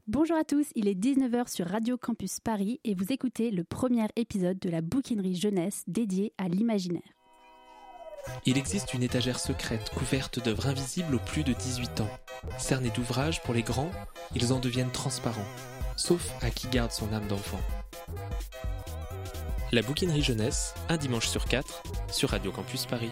Bonjour à tous, il est 19h sur Radio Campus Paris et vous écoutez le premier épisode de la bouquinerie jeunesse dédiée à l'imaginaire. Il existe une étagère secrète couverte d'œuvres invisibles aux plus de 18 ans. Cernés d'ouvrages pour les grands, ils en deviennent transparents, sauf à qui garde son âme d'enfant. La bouquinerie jeunesse, un dimanche sur 4, sur Radio Campus Paris.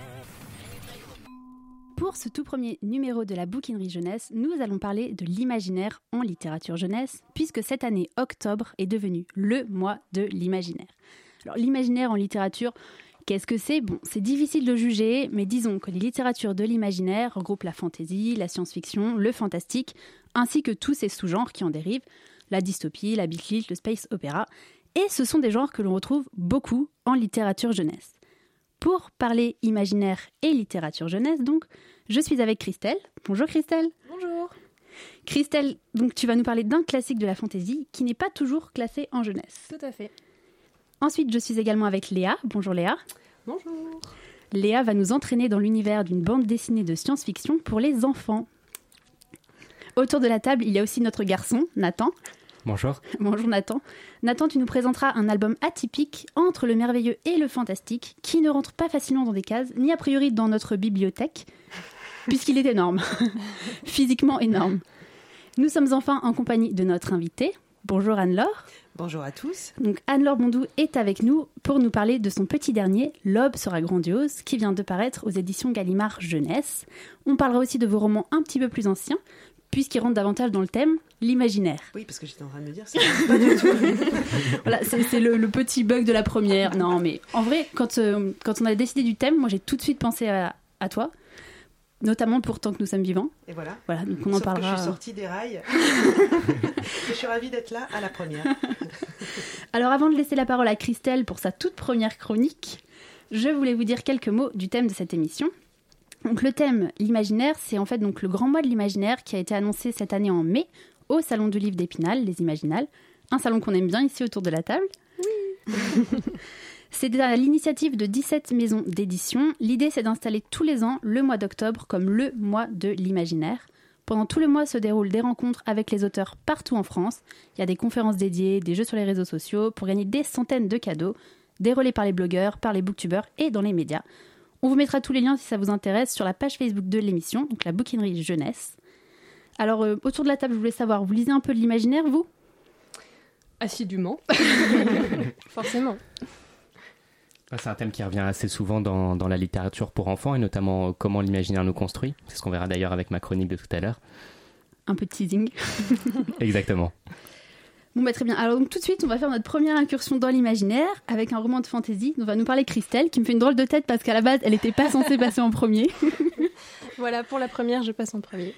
Pour ce tout premier numéro de la bouquinerie jeunesse, nous allons parler de l'imaginaire en littérature jeunesse, puisque cette année, octobre, est devenu le mois de l'imaginaire. Alors l'imaginaire en littérature, qu'est-ce que c'est ? Bon, c'est difficile de juger, mais disons que les littératures de l'imaginaire regroupent la fantaisie, la science-fiction, le fantastique, ainsi que tous ces sous-genres qui en dérivent, la dystopie, la beat lit, le space opéra, et ce sont des genres que l'on retrouve beaucoup en littérature jeunesse. Pour parler imaginaire et littérature jeunesse, donc, je suis avec Christelle. Bonjour Christelle. Bonjour. Christelle, donc tu vas nous parler d'un classique de la fantaisie qui n'est pas toujours classé en jeunesse. Tout à fait. Ensuite, je suis également avec Léa. Bonjour Léa. Bonjour. Léa va nous entraîner dans l'univers d'une bande dessinée de science-fiction pour les enfants. Autour de la table, il y a aussi notre garçon, Nathan. Bonjour. Bonjour Nathan. Nathan, tu nous présenteras un album atypique entre le merveilleux et le fantastique qui ne rentre pas facilement dans des cases, ni a priori dans notre bibliothèque, puisqu'il est énorme. Physiquement énorme. Nous sommes enfin en compagnie de notre invitée. Bonjour Anne-Laure. Bonjour à tous. Donc Anne-Laure Bondou est avec nous pour nous parler de son petit dernier, L'aube sera grandiose, qui vient de paraître aux éditions Gallimard Jeunesse. On parlera aussi de vos romans un petit peu plus anciens, puisqu'ils rentrent davantage dans le thème, l'imaginaire. Oui, parce que j'étais en train de me dire, c'est pas du tout. Voilà, c'est le petit bug de la première. Non, mais en vrai, quand on a décidé du thème, moi j'ai tout de suite pensé à toi, notamment pour Tant que nous sommes vivants. Et voilà. Voilà, donc on en parlera. Que je suis sortie des rails. Je suis ravie d'être là à la première. Alors avant de laisser la parole à Christelle pour sa toute première chronique, je voulais vous dire quelques mots du thème de cette émission. Donc le thème, l'imaginaire, c'est en fait donc le grand mois de l'imaginaire qui a été annoncé cette année en mai au Salon du Livre d'Épinal, les Imaginales, un salon qu'on aime bien ici autour de la table. Oui. C'est à l'initiative de 17 maisons d'édition. L'idée, c'est d'installer tous les ans le mois d'octobre comme le mois de l'imaginaire. Pendant tout le mois se déroulent des rencontres avec les auteurs partout en France. Il y a des conférences dédiées, des jeux sur les réseaux sociaux pour gagner des centaines de cadeaux, des relais par les blogueurs, par les booktubeurs et dans les médias. On vous mettra tous les liens si ça vous intéresse sur la page Facebook de l'émission, donc la bouquinerie jeunesse. Alors, autour de la table, je voulais savoir, vous lisez un peu de l'imaginaire, vous ? Assidûment. Forcément. C'est un thème qui revient assez souvent dans la littérature pour enfants, et notamment comment l'imaginaire nous construit. C'est ce qu'on verra d'ailleurs avec ma chronique de tout à l'heure. Un peu de teasing. Exactement. Bon, très bien. Alors, donc, tout de suite, on va faire notre première incursion dans l'imaginaire avec un roman de fantasy dont va nous parler Christelle, qui me fait une drôle de tête parce qu'à la base, elle n'était pas censée passer en premier. Voilà, pour la première, je passe en premier.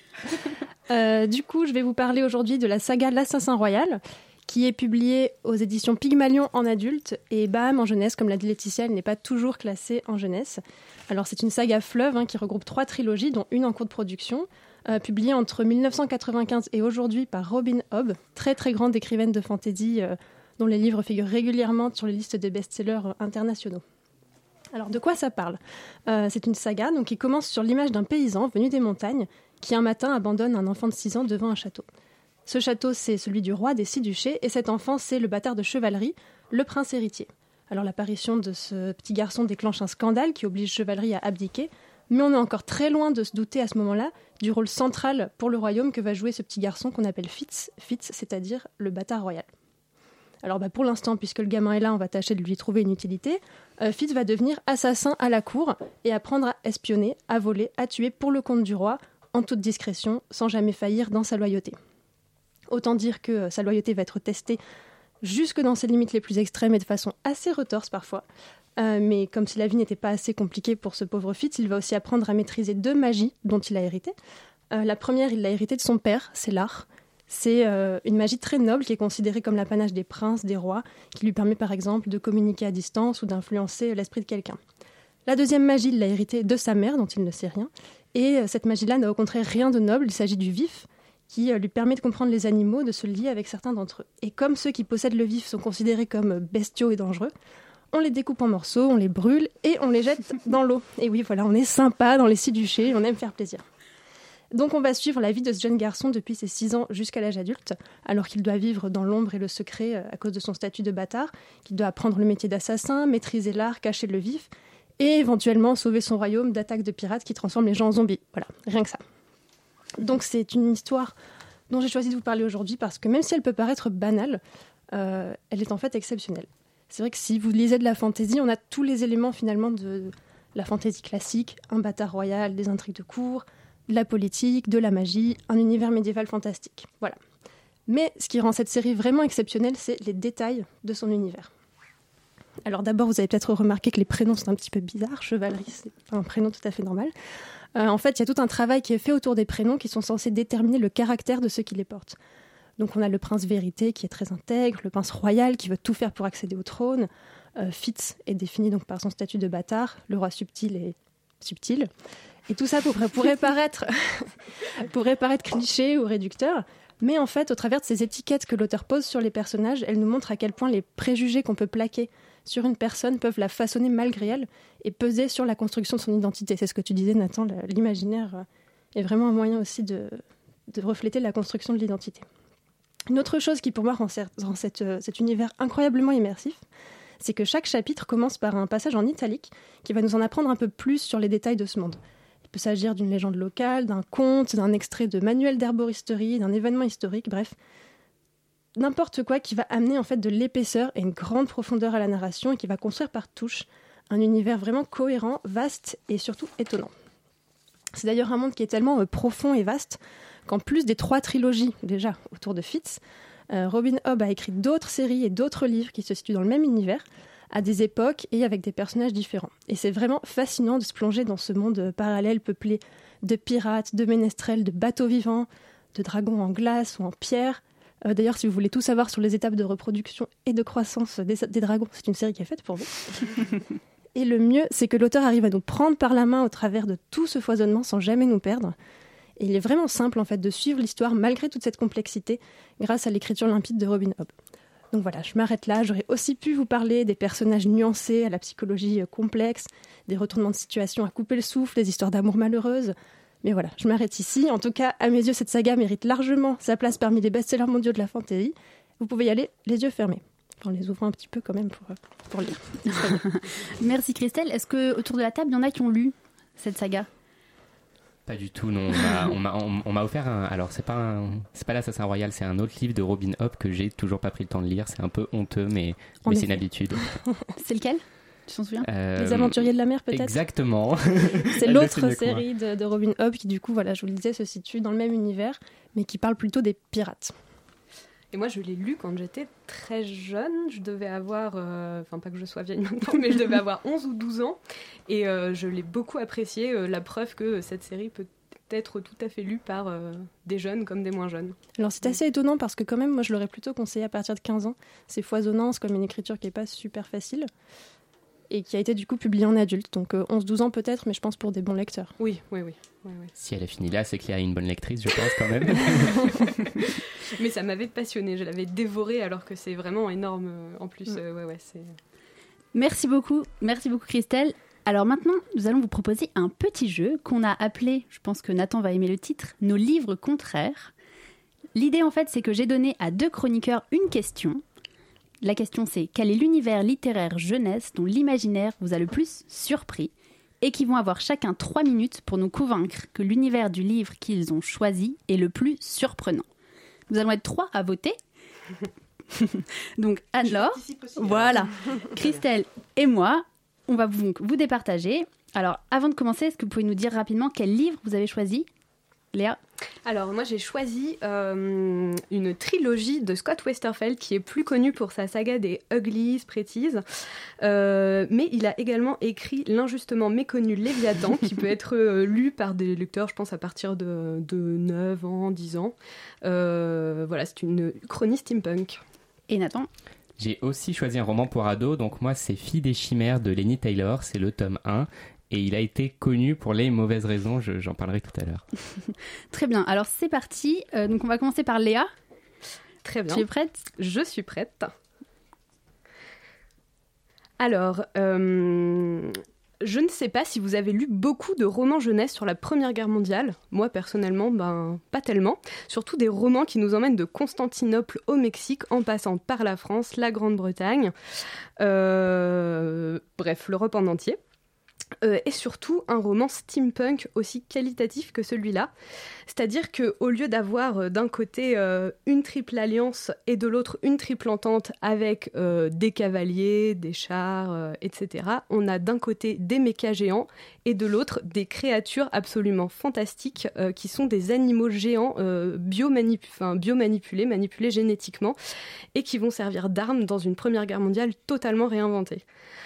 Du coup, je vais vous parler aujourd'hui de la saga L'Assassin Royal, qui est publiée aux éditions Pygmalion en adulte et Baham en jeunesse. Comme l'a dit Laetitia, elle n'est pas toujours classée en jeunesse. Alors, c'est une saga fleuve qui regroupe 3 trilogies, dont une en cours de production. Publiée entre 1995 et aujourd'hui par Robin Hobb, très très grande écrivaine de fantasy dont les livres figurent régulièrement sur les listes des best-sellers internationaux. Alors de quoi ça parle ? C'est une saga qui commence sur l'image d'un paysan venu des montagnes qui un matin abandonne un enfant de 6 ans devant un château. Ce château, c'est celui du roi des 6 duchés et cet enfant, c'est le bâtard de chevalerie, le prince héritier. Alors l'apparition de ce petit garçon déclenche un scandale qui oblige Chevalerie à abdiquer. Mais on est encore très loin de se douter à ce moment-là du rôle central pour le royaume que va jouer ce petit garçon qu'on appelle Fitz, c'est-à-dire le bâtard royal. Alors pour l'instant, puisque le gamin est là, on va tâcher de lui trouver une utilité. Fitz va devenir assassin à la cour et apprendre à espionner, à voler, à tuer pour le compte du roi, en toute discrétion, sans jamais faillir dans sa loyauté. Autant dire que sa loyauté va être testée jusque dans ses limites les plus extrêmes et de façon assez retorse parfois. Mais comme si la vie n'était pas assez compliquée pour ce pauvre Fitz, il va aussi apprendre à maîtriser 2 magies dont il a hérité. La première, il l'a héritée de son père, c'est l'art. C'est une magie très noble qui est considérée comme l'apanage des princes, des rois, qui lui permet par exemple de communiquer à distance ou d'influencer l'esprit de quelqu'un. La deuxième magie, il l'a héritée de sa mère, dont il ne sait rien. Et cette magie-là n'a au contraire rien de noble, il s'agit du vif, qui lui permet de comprendre les animaux, de se lier avec certains d'entre eux. Et comme ceux qui possèdent le vif sont considérés comme bestiaux et dangereux, on les découpe en morceaux, on les brûle et on les jette dans l'eau. Et oui, voilà, on est sympa dans les 6 duchés, on aime faire plaisir. Donc on va suivre la vie de ce jeune garçon depuis ses 6 ans jusqu'à l'âge adulte, alors qu'il doit vivre dans l'ombre et le secret à cause de son statut de bâtard, qu'il doit apprendre le métier d'assassin, maîtriser l'art, cacher le vif, et éventuellement sauver son royaume d'attaques de pirates qui transforment les gens en zombies. Voilà, rien que ça. Donc c'est une histoire dont j'ai choisi de vous parler aujourd'hui parce que même si elle peut paraître banale, elle est en fait exceptionnelle. C'est vrai que si vous lisez de la fantaisie, on a tous les éléments finalement de la fantaisie classique, un bâtard royal, des intrigues de cour, de la politique, de la magie, un univers médiéval fantastique. Voilà. Mais ce qui rend cette série vraiment exceptionnelle, c'est les détails de son univers. Alors d'abord, vous avez peut-être remarqué que les prénoms sont un petit peu bizarres. Chevalerie, c'est pas un prénom tout à fait normal. En fait, il y a tout un travail qui est fait autour des prénoms qui sont censés déterminer le caractère de ceux qui les portent. Donc on a le prince Vérité qui est très intègre, le prince royal qui veut tout faire pour accéder au trône. Fitz est défini donc par son statut de bâtard, le roi subtil est subtil. Et tout ça pourrait paraître cliché ou réducteur, mais en fait, au travers de ces étiquettes que l'auteur pose sur les personnages, elle nous montre à quel point les préjugés qu'on peut plaquer sur une personne peuvent la façonner malgré elle et peser sur la construction de son identité. C'est ce que tu disais, Nathan, l'imaginaire est vraiment un moyen aussi de refléter la construction de l'identité. Une autre chose qui, pour moi, rend cet univers incroyablement immersif, c'est que chaque chapitre commence par un passage en italique qui va nous en apprendre un peu plus sur les détails de ce monde. Il peut s'agir d'une légende locale, d'un conte, d'un extrait de manuel d'herboristerie, d'un événement historique, bref. N'importe quoi qui va amener en fait de l'épaisseur et une grande profondeur à la narration et qui va construire par touches un univers vraiment cohérent, vaste et surtout étonnant. C'est d'ailleurs un monde qui est tellement profond et vaste qu'en plus des 3 trilogies déjà autour de Fitz, Robin Hobb a écrit d'autres séries et d'autres livres qui se situent dans le même univers, à des époques et avec des personnages différents. Et c'est vraiment fascinant de se plonger dans ce monde parallèle peuplé de pirates, de ménestrels, de bateaux vivants, de dragons en glace ou en pierre. D'ailleurs, si vous voulez tout savoir sur les étapes de reproduction et de croissance des dragons, c'est une série qui est faite pour vous. Et le mieux, c'est que l'auteur arrive à nous prendre par la main au travers de tout ce foisonnement sans jamais nous perdre. Et il est vraiment simple en fait de suivre l'histoire malgré toute cette complexité grâce à l'écriture limpide de Robin Hobb. Donc voilà, je m'arrête là. J'aurais aussi pu vous parler des personnages nuancés à la psychologie complexe, des retournements de situation à couper le souffle, des histoires d'amour malheureuses. Mais voilà, je m'arrête ici. En tout cas, à mes yeux, cette saga mérite largement sa place parmi les best-sellers mondiaux de la fantasy. Vous pouvez y aller les yeux fermés. En les ouvrant un petit peu quand même pour lire. Merci Christelle. Est-ce qu'autour de la table, il y en a qui ont lu cette saga ? Pas du tout, non. On m'a offert un... Alors, c'est pas l'Assassin Royal, c'est un autre livre de Robin Hobb que j'ai toujours pas pris le temps de lire. C'est un peu honteux, mais c'est une habitude. C'est lequel ? Tu t'en souviens ? Les Aventuriers de la mer, peut-être ? Exactement. C'est l'autre série de Robin Hobb qui, du coup, voilà, je vous le disais, se situe dans le même univers, mais qui parle plutôt des pirates. Et moi, je l'ai lu quand j'étais très jeune. Je devais avoir, enfin pas que je sois vieille maintenant, mais je devais avoir 11 ou 12 ans. Et je l'ai beaucoup apprécié, la preuve que cette série peut être tout à fait lue par des jeunes comme des moins jeunes. Alors c'est assez étonnant parce que quand même, moi je l'aurais plutôt conseillé à partir de 15 ans. C'est foisonnant, c'est comme une écriture qui n'est pas super facile. Et qui a été du coup publiée en adulte. Donc 11-12 ans peut-être, mais je pense pour des bons lecteurs. Oui. Si elle a fini là, c'est qu'il y a une bonne lectrice, je pense, quand même. Mais ça m'avait passionnée, je l'avais dévorée alors que c'est vraiment énorme en plus. C'est... Merci beaucoup Christelle. Alors maintenant, nous allons vous proposer un petit jeu qu'on a appelé, je pense que Nathan va aimer le titre, Nos livres contraires. L'idée en fait, c'est que j'ai donné à 2 chroniqueurs une question. La question c'est, quel est l'univers littéraire jeunesse dont l'imaginaire vous a le plus surpris ? Et qui vont avoir chacun 3 minutes pour nous convaincre que l'univers du livre qu'ils ont choisi est le plus surprenant. Nous allons être 3 à voter. Donc Anne-Laure, voilà, Christelle et moi, on va vous départager. Alors avant de commencer, est-ce que vous pouvez nous dire rapidement quel livre vous avez choisi ? Léa ? Alors moi j'ai choisi une trilogie de Scott Westerfeld qui est plus connu pour sa saga des Uglies, Pretties, mais il a également écrit l'injustement méconnu Léviathan qui peut être lu par des lecteurs je pense à partir de 9 ans, 10 ans. Voilà, c'est une chronique steampunk. Et Nathan ? J'ai aussi choisi un roman pour ados, donc moi c'est Filles des chimères de Lenny Taylor, c'est le tome 1. Et il a été connu pour les mauvaises raisons, j'en parlerai tout à l'heure. Très bien, alors c'est parti. Donc on va commencer par Léa. Très bien. Tu es prête ? Je suis prête. Alors, je ne sais pas si vous avez lu beaucoup de romans jeunesse sur la Première Guerre mondiale. Moi, personnellement, pas tellement. Surtout des romans qui nous emmènent de Constantinople au Mexique, en passant par la France, la Grande-Bretagne, bref, l'Europe en entier. Et surtout un roman steampunk aussi qualitatif que celui-là. C'est-à-dire qu'au lieu d'avoir d'un côté une triple alliance et de l'autre une triple entente avec des cavaliers, des chars, etc., on a d'un côté des mechas géants et de l'autre des créatures absolument fantastiques qui sont des animaux géants biomanipulés, manipulés génétiquement et qui vont servir d'armes dans une Première Guerre mondiale totalement réinventée.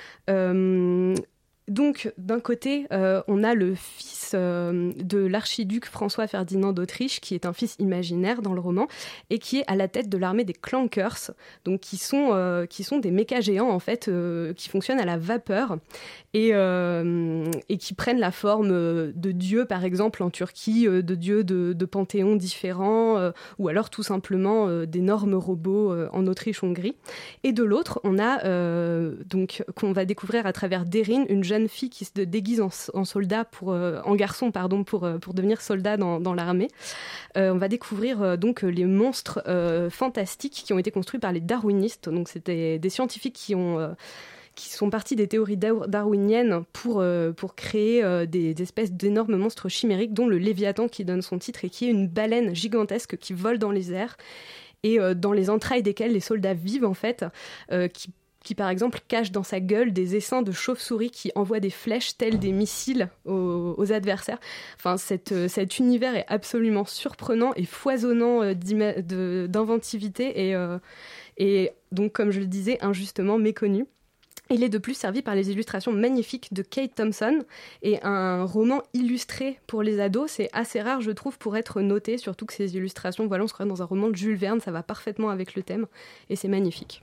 Donc, d'un côté, on a le fils de l'archiduc François-Ferdinand d'Autriche, qui est un fils imaginaire dans le roman, et qui est à la tête de l'armée des Clankers, donc qui sont des mécas géants, en fait, qui fonctionnent à la vapeur, et qui prennent la forme de dieux, par exemple, en Turquie, de dieux de panthéons différents, ou alors tout simplement d'énormes robots en Autriche-Hongrie. Et de l'autre, on a, qu'on va découvrir à travers Deryn, une jeune fille qui se déguise en soldat en garçon pour devenir soldat dans l'armée. On va découvrir donc les monstres fantastiques qui ont été construits par les darwinistes. Donc c'était des scientifiques qui sont partis des théories darwiniennes pour créer des espèces d'énormes monstres chimériques, dont le Léviathan qui donne son titre et qui est une baleine gigantesque qui vole dans les airs et dans les entrailles desquelles les soldats vivent en fait, qui par exemple cache dans sa gueule des essaims de chauves-souris qui envoient des flèches tels des missiles aux adversaires. Enfin, cet univers est absolument surprenant et foisonnant d'inventivité et donc, comme je le disais, injustement méconnu. Il est de plus servi par les illustrations magnifiques de Kate Thompson et un roman illustré pour les ados. C'est assez rare, je trouve, pour être noté, surtout que ces illustrations, voilà, on se croirait dans un roman de Jules Verne, ça va parfaitement avec le thème et c'est magnifique.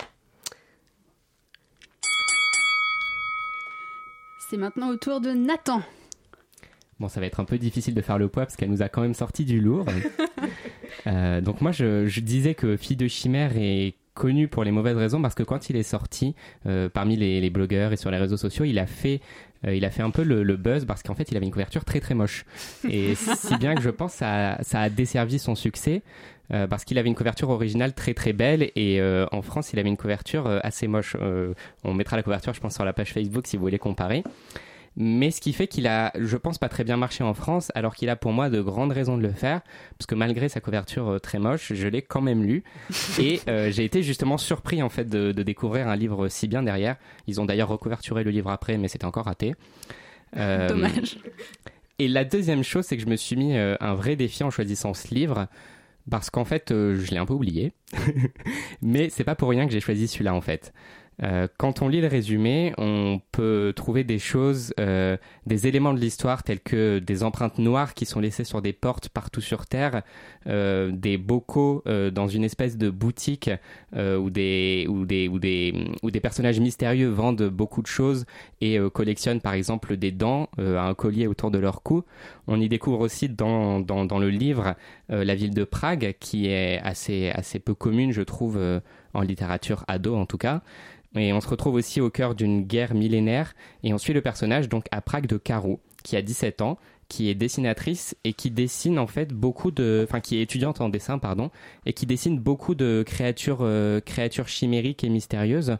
C'est maintenant au tour de Nathan. Bon, ça va être un peu difficile de faire le poids parce qu'elle nous a quand même sorti du lourd. Donc moi, je disais que Fille de chimère est connu pour les mauvaises raisons parce que quand il est sorti, parmi les blogueurs et sur les réseaux sociaux, il a fait un peu le buzz parce qu'en fait, il avait une couverture très très moche. Et si bien que je pense ça a desservi son succès. Parce qu'il avait une couverture originale très très belle et en France il avait une couverture assez moche. On mettra la couverture je pense sur la page Facebook si vous voulez comparer. Mais ce qui fait qu'il a, je pense, pas très bien marché en France, alors qu'il a pour moi de grandes raisons de le faire, parce que malgré sa couverture très moche, je l'ai quand même lu. Et j'ai été justement surpris en fait de découvrir un livre si bien derrière. Ils ont d'ailleurs recouverturé le livre après, mais c'était encore raté. Dommage. Et la deuxième chose, c'est que je me suis mis un vrai défi en choisissant ce livre. Parce qu'en fait, je l'ai un peu oublié. Mais c'est pas pour rien que j'ai choisi celui-là, en fait. Quand on lit le résumé, on peut trouver des choses, des éléments de l'histoire tels que des empreintes noires qui sont laissées sur des portes partout sur Terre, des bocaux dans une espèce de boutique où des personnages mystérieux vendent beaucoup de choses et collectionnent par exemple des dents à un collier autour de leur cou. On y découvre aussi dans le livre la ville de Prague qui est assez peu commune je trouve en littérature ado en tout cas. Et on se retrouve aussi au cœur d'une guerre millénaire et on suit le personnage donc à Prague de Caro qui a 17 ans, qui est dessinatrice et qui dessine en fait qui est étudiante en dessin et qui dessine beaucoup de créatures chimériques et mystérieuses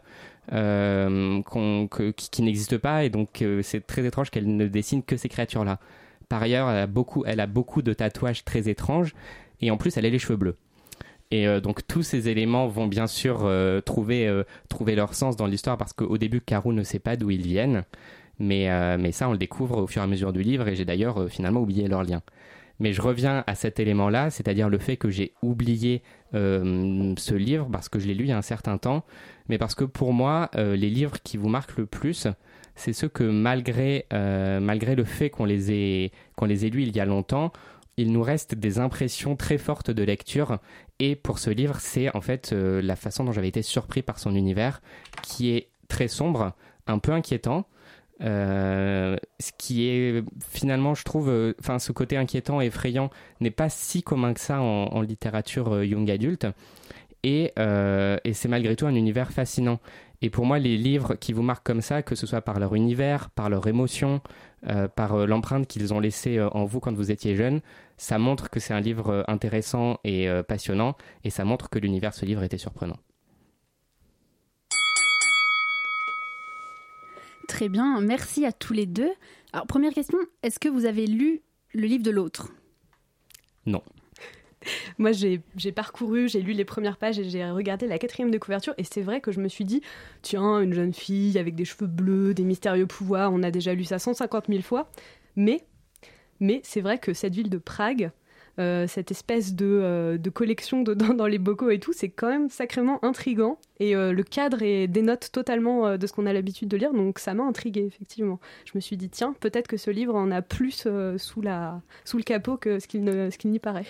qui n'existent pas et donc c'est très étrange qu'elle ne dessine que ces créatures-là. Par ailleurs, elle a beaucoup de tatouages très étranges et en plus elle a les cheveux bleus. Et donc tous ces éléments vont bien sûr trouver leur sens dans l'histoire parce qu'au début, Caro ne sait pas d'où ils viennent. Mais ça, on le découvre au fur et à mesure du livre et j'ai d'ailleurs finalement oublié leur lien. Mais je reviens à cet élément-là, c'est-à-dire le fait que j'ai oublié ce livre parce que je l'ai lu il y a un certain temps, mais parce que pour moi, les livres qui vous marquent le plus, c'est ceux que malgré le fait qu'on les ait lus il y a longtemps, il nous reste des impressions très fortes de lecture et pour ce livre, c'est en fait la façon dont j'avais été surpris par son univers qui est très sombre, un peu inquiétant, ce qui est finalement, je trouve, ce côté inquiétant et effrayant n'est pas si commun que ça en littérature young adulte et c'est malgré tout un univers fascinant. Et pour moi, les livres qui vous marquent comme ça, que ce soit par leur univers, par leur émotion, par l'empreinte qu'ils ont laissée en vous quand vous étiez jeune, ça montre que c'est un livre intéressant et passionnant, et ça montre que l'univers de ce livre était surprenant. Très bien, merci à tous les deux. Alors, première question, est-ce que vous avez lu le livre de l'autre ? Non. Moi, j'ai parcouru, j'ai lu les premières pages et j'ai regardé la 4e de couverture. Et c'est vrai que je me suis dit, tiens, une jeune fille avec des cheveux bleus, des mystérieux pouvoirs, on a déjà lu ça 150 000 fois. Mais c'est vrai que cette ville de Prague, cette espèce de collection dedans dans les bocaux et tout, c'est quand même sacrément intriguant. Et le cadre dénote totalement de ce qu'on a l'habitude de lire, donc ça m'a intriguée, effectivement. Je me suis dit, tiens, peut-être que ce livre en a plus sous le capot que ce qu'il n'y paraît.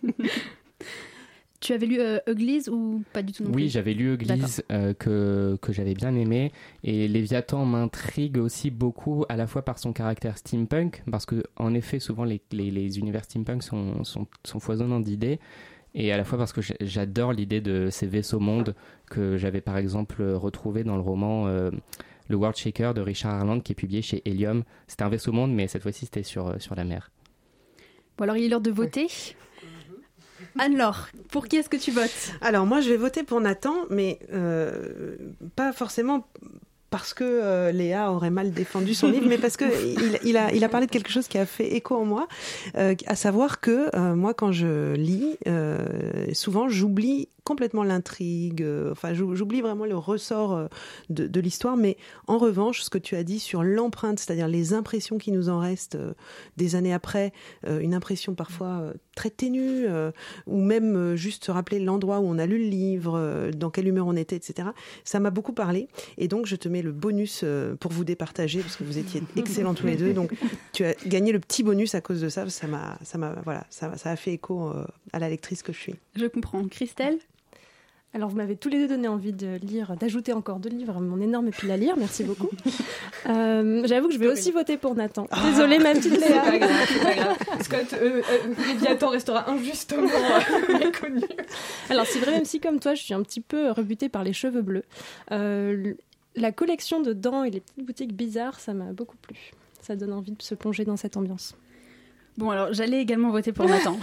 Tu avais lu Uglies ou pas du tout non plus ? Oui, j'avais lu Uglies que j'avais bien aimé, et Léviathan m'intrigue aussi beaucoup à la fois par son caractère steampunk, parce que en effet souvent les univers steampunk sont foisonnants d'idées, et à la fois parce que j'adore l'idée de ces vaisseaux-mondes que j'avais par exemple retrouvé dans le roman Le World Shaker de Richard Harland qui est publié chez Helium. C'était un vaisseau-monde, mais cette fois-ci c'était sur la mer. Bon, alors il est l'heure de voter. Anne-Laure, pour qui est-ce que tu votes ? Alors moi je vais voter pour Nathan, mais pas forcément parce que Léa aurait mal défendu son livre, mais parce que il a parlé de quelque chose qui a fait écho en moi, à savoir que moi quand je lis, souvent j'oublie complètement l'intrigue, j'oublie vraiment le ressort de l'histoire, mais en revanche, ce que tu as dit sur l'empreinte, c'est-à-dire les impressions qui nous en restent des années après, une impression parfois très ténue, ou même juste se rappeler l'endroit où on a lu le livre, dans quelle humeur on était, etc. Ça m'a beaucoup parlé, et donc je te mets le bonus pour vous départager, parce que vous étiez excellents tous les deux, donc tu as gagné le petit bonus à cause de ça, ça a fait écho à la lectrice que je suis. Je comprends. Christelle ? Alors, vous m'avez tous les deux donné envie de lire, d'ajouter encore 2 livres à mon énorme pile à lire. Merci beaucoup. J'avoue que je vais aussi voter pour Nathan. Désolée, ma petite Léa. C'est pas grave. Scott, Léviathan restera injustement méconnu. Alors, c'est vrai, même si comme toi, je suis un petit peu rebutée par les cheveux bleus. La collection de dents et les petites boutiques bizarres, ça m'a beaucoup plu. Ça donne envie de se plonger dans cette ambiance. Bon, alors, j'allais également voter pour Nathan.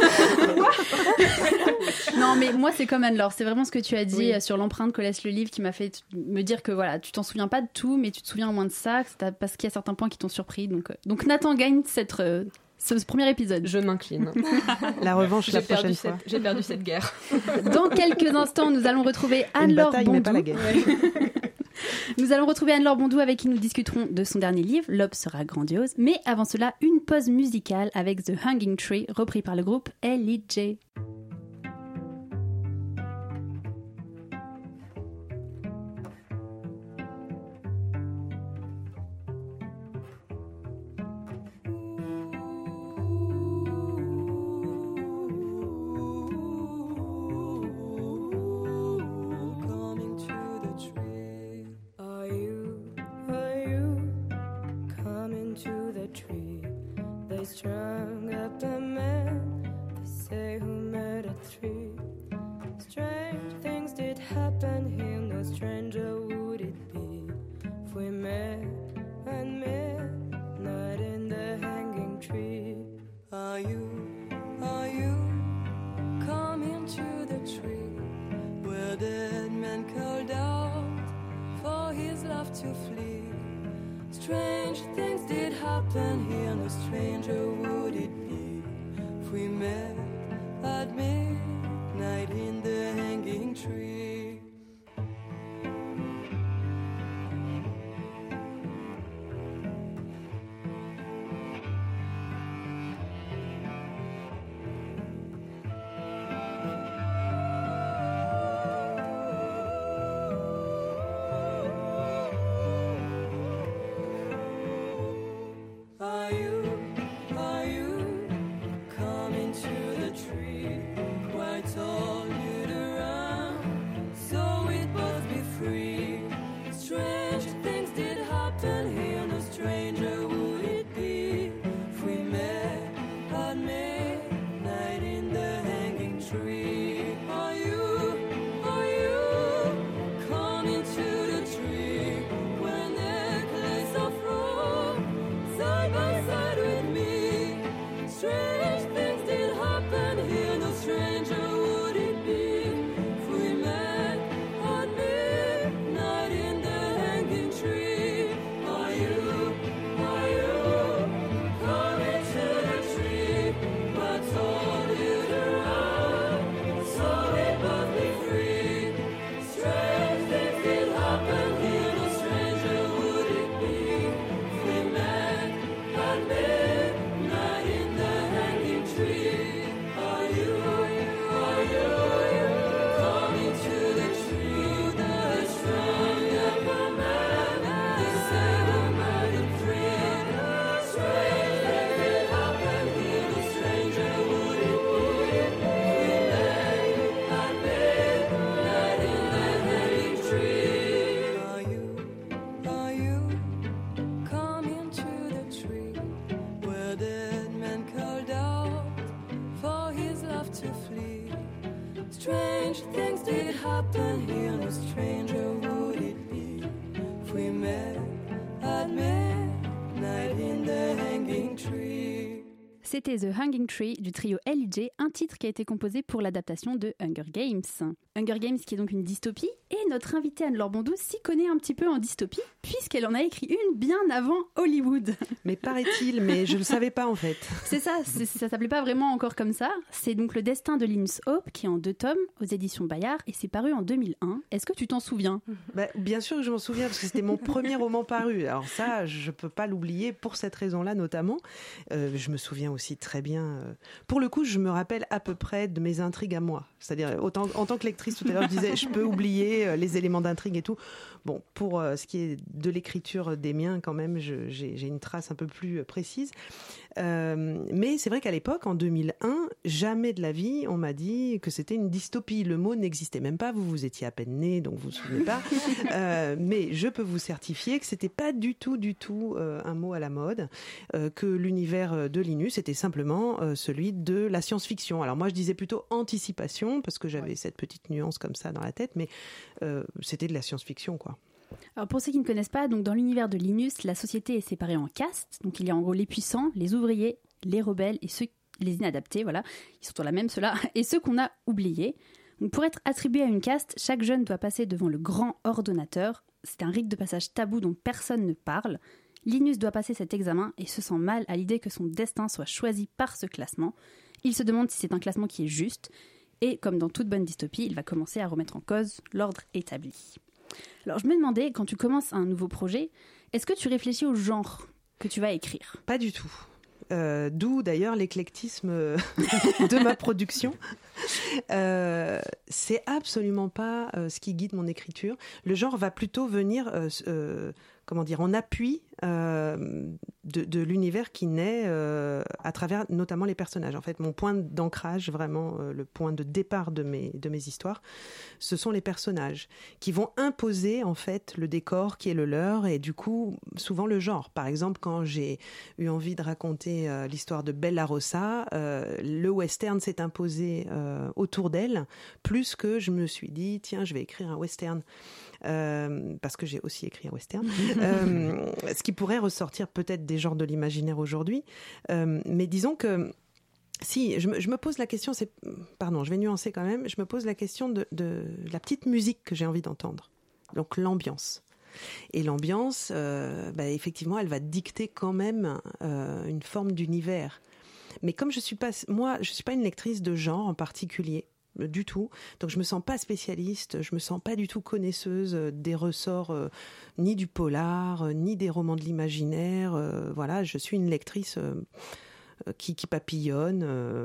Non, mais moi, c'est comme Anne-Laure. C'est vraiment ce que tu as dit sur l'empreinte que laisse le livre qui m'a fait me dire que voilà, tu t'en souviens pas de tout, mais tu te souviens au moins de ça, parce qu'il y a certains points qui t'ont surpris. Donc Nathan gagne ce premier épisode. Je m'incline. La revanche la prochaine fois. J'ai perdu cette guerre. Dans quelques instants, nous allons retrouver Anne-Laure Bondou. Mais pas la guerre. Nous allons retrouver Anne-Laure Bondou avec qui nous discuterons de son dernier livre, L'aube sera grandiose. Mais avant cela, une pause musicale avec The Hanging Tree, repris par le groupe L.E.J. Strung up a man, they say, who made a tree. Strange things did happen here, no stranger would it be if we met at midnight in the hanging tree. Are you coming to the tree where dead men called out for his love to flee? Strange things did happen here, no stranger would it be if we met at midnight in the hanging tree. Are you coming to the tree where I told you to run? things did happen here, no stranger would it be if we met at midnight in the hanging tree. C'était The Hanging Tree du trio L.I.J., un titre qui a été composé pour l'adaptation de Hunger Games. Hunger Games qui est donc une dystopie, et notre invitée Anne-Laure Bondou s'y connaît un petit peu en dystopie, puisqu'elle en a écrit une bien avant Hollywood. Mais paraît-il, mais je le savais pas en fait. C'est ça, ça s'appelait pas vraiment encore comme ça. C'est donc Le Destin de Linus Hope, qui est en 2 tomes aux éditions Bayard, et c'est paru en 2001. Est-ce que tu t'en souviens ? Bien sûr que je m'en souviens, parce que c'était mon premier roman paru. Alors ça, je peux pas l'oublier pour cette raison-là notamment. Je me souviens aussi très bien. Pour le coup, je me rappelle à peu près de mes intrigues à moi. C'est-à-dire, autant en tant que lectrice, tout à l'heure, je disais, je peux oublier les éléments d'intrigue et tout. Bon, pour ce qui est de l'écriture des miens, quand même, j'ai une trace un peu plus précise. Mais c'est vrai qu'à l'époque, en 2001, jamais de la vie, on m'a dit que c'était une dystopie. Le mot n'existait même pas. Vous étiez à peine né, donc vous vous souvenez pas. Mais je peux vous certifier que c'était pas du tout un mot à la mode, que l'univers de Linus était simplement celui de la science-fiction. Alors moi, je disais plutôt anticipation, parce que j'avais cette petite nuance comme ça dans la tête, mais c'était de la science-fiction, quoi. Alors pour ceux qui ne connaissent pas, donc dans l'univers de Linus, la société est séparée en castes. Donc il y a en gros les puissants, les ouvriers, les rebelles et les inadaptés, voilà. Ils sont tous la même, ceux-là, et ceux qu'on a oubliés. Donc pour être attribué à une caste, chaque jeune doit passer devant le grand ordonnateur. C'est un rite de passage tabou dont personne ne parle. Linus doit passer cet examen et se sent mal à l'idée que son destin soit choisi par ce classement. Il se demande si c'est un classement qui est juste. Et comme dans toute bonne dystopie, il va commencer à remettre en cause l'ordre établi. Alors je me demandais, quand tu commences un nouveau projet, est-ce que tu réfléchis au genre que tu vas écrire ? Pas du tout. D'où d'ailleurs l'éclectisme de ma production. C'est absolument pas ce qui guide mon écriture. Le genre va plutôt venir en appui de l'univers qui naît à travers notamment les personnages. En fait, mon point d'ancrage, vraiment le point de départ de mes histoires, ce sont les personnages qui vont imposer en fait le décor qui est le leur et du coup souvent le genre. Par exemple, quand j'ai eu envie de raconter l'histoire de Bella Rossa, le western s'est imposé autour d'elle, plus que je me suis dit tiens, je vais écrire un western. Parce que j'ai aussi écrit un western, ce qui pourrait ressortir peut-être des genres de l'imaginaire aujourd'hui, mais disons que si je me pose la question, je vais nuancer quand même, je me pose la question de la petite musique que j'ai envie d'entendre, donc l'ambiance. Et l'ambiance, effectivement, elle va dicter quand même une forme d'univers. Mais comme je suis pas une lectrice de genre en particulier. Du tout. Donc je me sens pas spécialiste, je me sens pas du tout connaisseuse des ressorts ni du polar, ni des romans de l'imaginaire. Voilà, je suis une lectrice qui papillonne,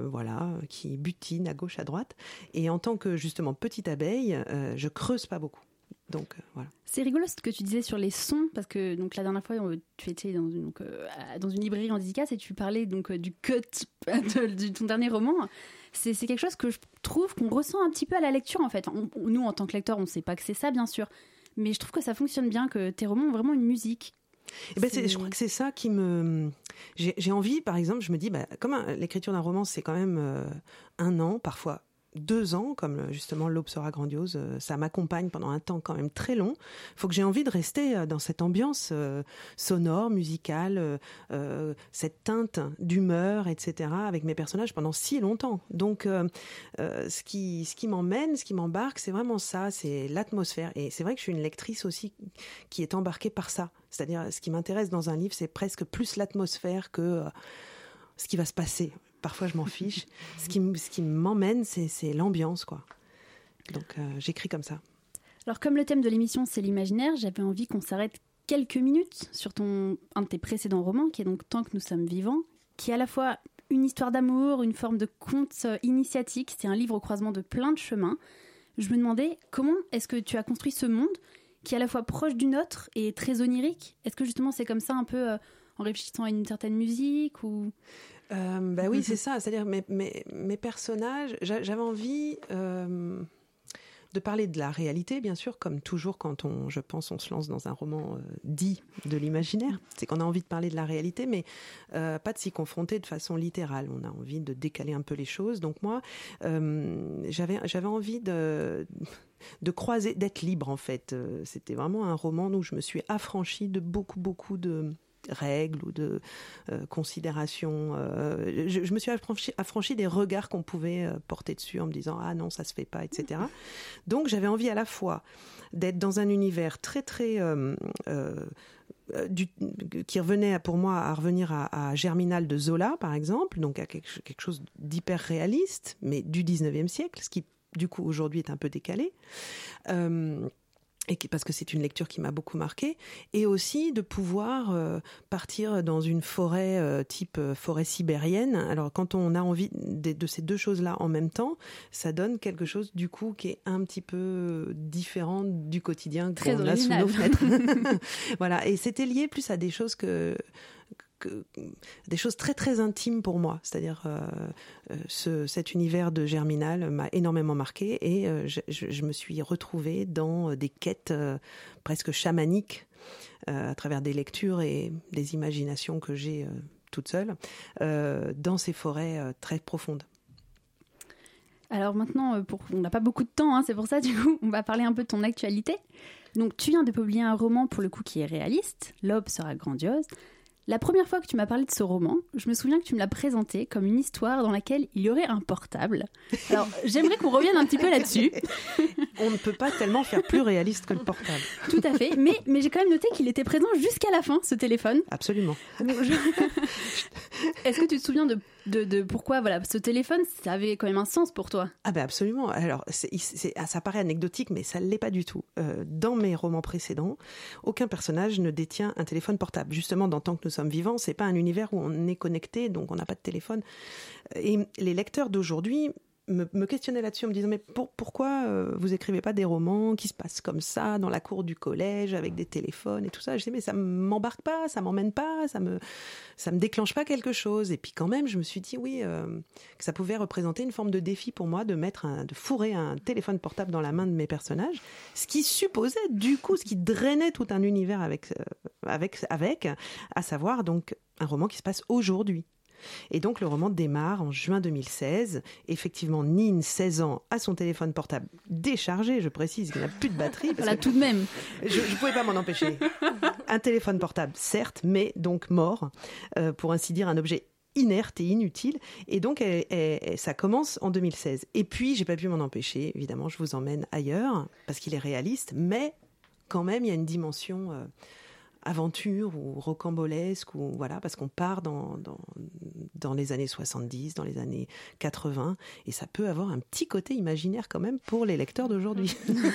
qui butine à gauche, à droite. Et en tant que justement petite abeille, je creuse pas beaucoup. Donc voilà. C'est rigolo ce que tu disais sur les sons, parce que donc la dernière fois tu étais dans une librairie en dédicace et tu parlais donc du cut de ton dernier roman. C'est quelque chose que je trouve qu'on ressent un petit peu à la lecture en fait. Nous en tant que lecteurs, on ne sait pas que c'est ça bien sûr, mais je trouve que ça fonctionne bien, que tes romans ont vraiment une musique. Je crois que c'est ça qui me... J'ai envie, par exemple, je me dis, comme l'écriture d'un roman, c'est quand même 1 an, parfois 2 ans, comme justement L'Aube sera grandiose, ça m'accompagne pendant un temps quand même très long. Il faut que j'ai envie de rester dans cette ambiance sonore, musicale, cette teinte d'humeur, etc. avec mes personnages pendant si longtemps. Donc, ce qui m'emmène, ce qui m'embarque, c'est vraiment ça, c'est l'atmosphère. Et c'est vrai que je suis une lectrice aussi qui est embarquée par ça. C'est-à-dire, ce qui m'intéresse dans un livre, c'est presque plus l'atmosphère que ce qui va se passer. Parfois, je m'en fiche. Ce qui m'emmène, c'est l'ambiance, quoi. Donc, j'écris comme ça. Alors, comme le thème de l'émission, c'est l'imaginaire, j'avais envie qu'on s'arrête quelques minutes sur un de tes précédents romans, qui est donc Tant que nous sommes vivants, qui est à la fois une histoire d'amour, une forme de conte initiatique. C'est un livre au croisement de plein de chemins. Je me demandais, comment est-ce que tu as construit ce monde qui est à la fois proche du nôtre et très onirique ? Est-ce que justement, c'est comme ça un peu en réfléchissant à une certaine musique ou... Oui, c'est ça. C'est-à-dire mes personnages, j'avais envie de de parler de la réalité, bien sûr, comme toujours quand on se lance dans un roman dit de l'imaginaire. C'est qu'on a envie de parler de la réalité, mais pas de s'y confronter de façon littérale. On a envie de décaler un peu les choses. Donc moi, j'avais envie de croiser, d'être libre en fait. C'était vraiment un roman où je me suis affranchie de beaucoup de règles ou de considérations. Je me suis affranchie des regards qu'on pouvait porter dessus en me disant ah non ça se fait pas, etc. Donc j'avais envie à la fois d'être dans un univers très qui revenait pour moi à revenir à Germinal de Zola par exemple, donc à quelque chose d'hyper réaliste mais du 19e siècle, ce qui du coup aujourd'hui est un peu décalé. Parce que c'est une lecture qui m'a beaucoup marquée, et aussi de pouvoir partir dans une forêt type forêt sibérienne. Alors quand on a envie de ces deux choses-là en même temps, ça donne quelque chose du coup qui est un petit peu différent du quotidien qu'on a sous nos fenêtres. Voilà, et c'était lié plus à des choses des choses très très intimes pour moi, c'est-à-dire cet univers de Germinal m'a énormément marqué et je me suis retrouvée dans des quêtes presque chamaniques à travers des lectures et des imaginations que j'ai toute seule dans ces forêts très profondes. Alors maintenant, on n'a pas beaucoup de temps, c'est pour ça du coup on va parler un peu de ton actualité. Donc tu viens de publier un roman pour le coup qui est réaliste, L'aube sera grandiose. La première fois que tu m'as parlé de ce roman, je me souviens que tu me l'as présenté comme une histoire dans laquelle il y aurait un portable. Alors, j'aimerais qu'on revienne un petit peu là-dessus. On ne peut pas tellement faire plus réaliste que le portable. Tout à fait, mais j'ai quand même noté qu'il était présent jusqu'à la fin, ce téléphone. Absolument. Est-ce que tu te souviens de pourquoi ce téléphone, ça avait quand même un sens pour toi? Ah ben absolument. Alors, ça paraît anecdotique, mais ça ne l'est pas du tout. Dans mes romans précédents, aucun personnage ne détient un téléphone portable. Justement, dans Tant que nous sommes vivants, c'est pas un univers où on est connecté, donc on n'a pas de téléphone. Et les lecteurs d'aujourd'hui me questionnaient là-dessus en me disant mais pourquoi vous écrivez pas des romans qui se passent comme ça dans la cour du collège avec des téléphones et tout ça. Je dis mais ça m'embarque pas, ça m'emmène pas, ça me déclenche pas quelque chose. Et puis quand même je me suis dit oui que ça pouvait représenter une forme de défi pour moi de fourrer un téléphone portable dans la main de mes personnages, ce qui supposait du coup, ce qui drainait tout un univers avec à savoir donc un roman qui se passe aujourd'hui. Et donc le roman démarre en juin 2016. Effectivement, Nine, 16 ans, a son téléphone portable déchargé, je précise, il n'a plus de batterie. Voilà, tout de même. Je ne pouvais pas m'en empêcher. Un téléphone portable, certes, mais donc mort, pour ainsi dire un objet inerte et inutile. Et donc ça commence en 2016. Et puis, j'ai pas pu m'en empêcher, évidemment, je vous emmène ailleurs, parce qu'il est réaliste, mais quand même, il y a une dimension... aventure ou rocambolesque ou voilà parce qu'on part dans les années 70, dans les années 80 et ça peut avoir un petit côté imaginaire quand même pour les lecteurs d'aujourd'hui.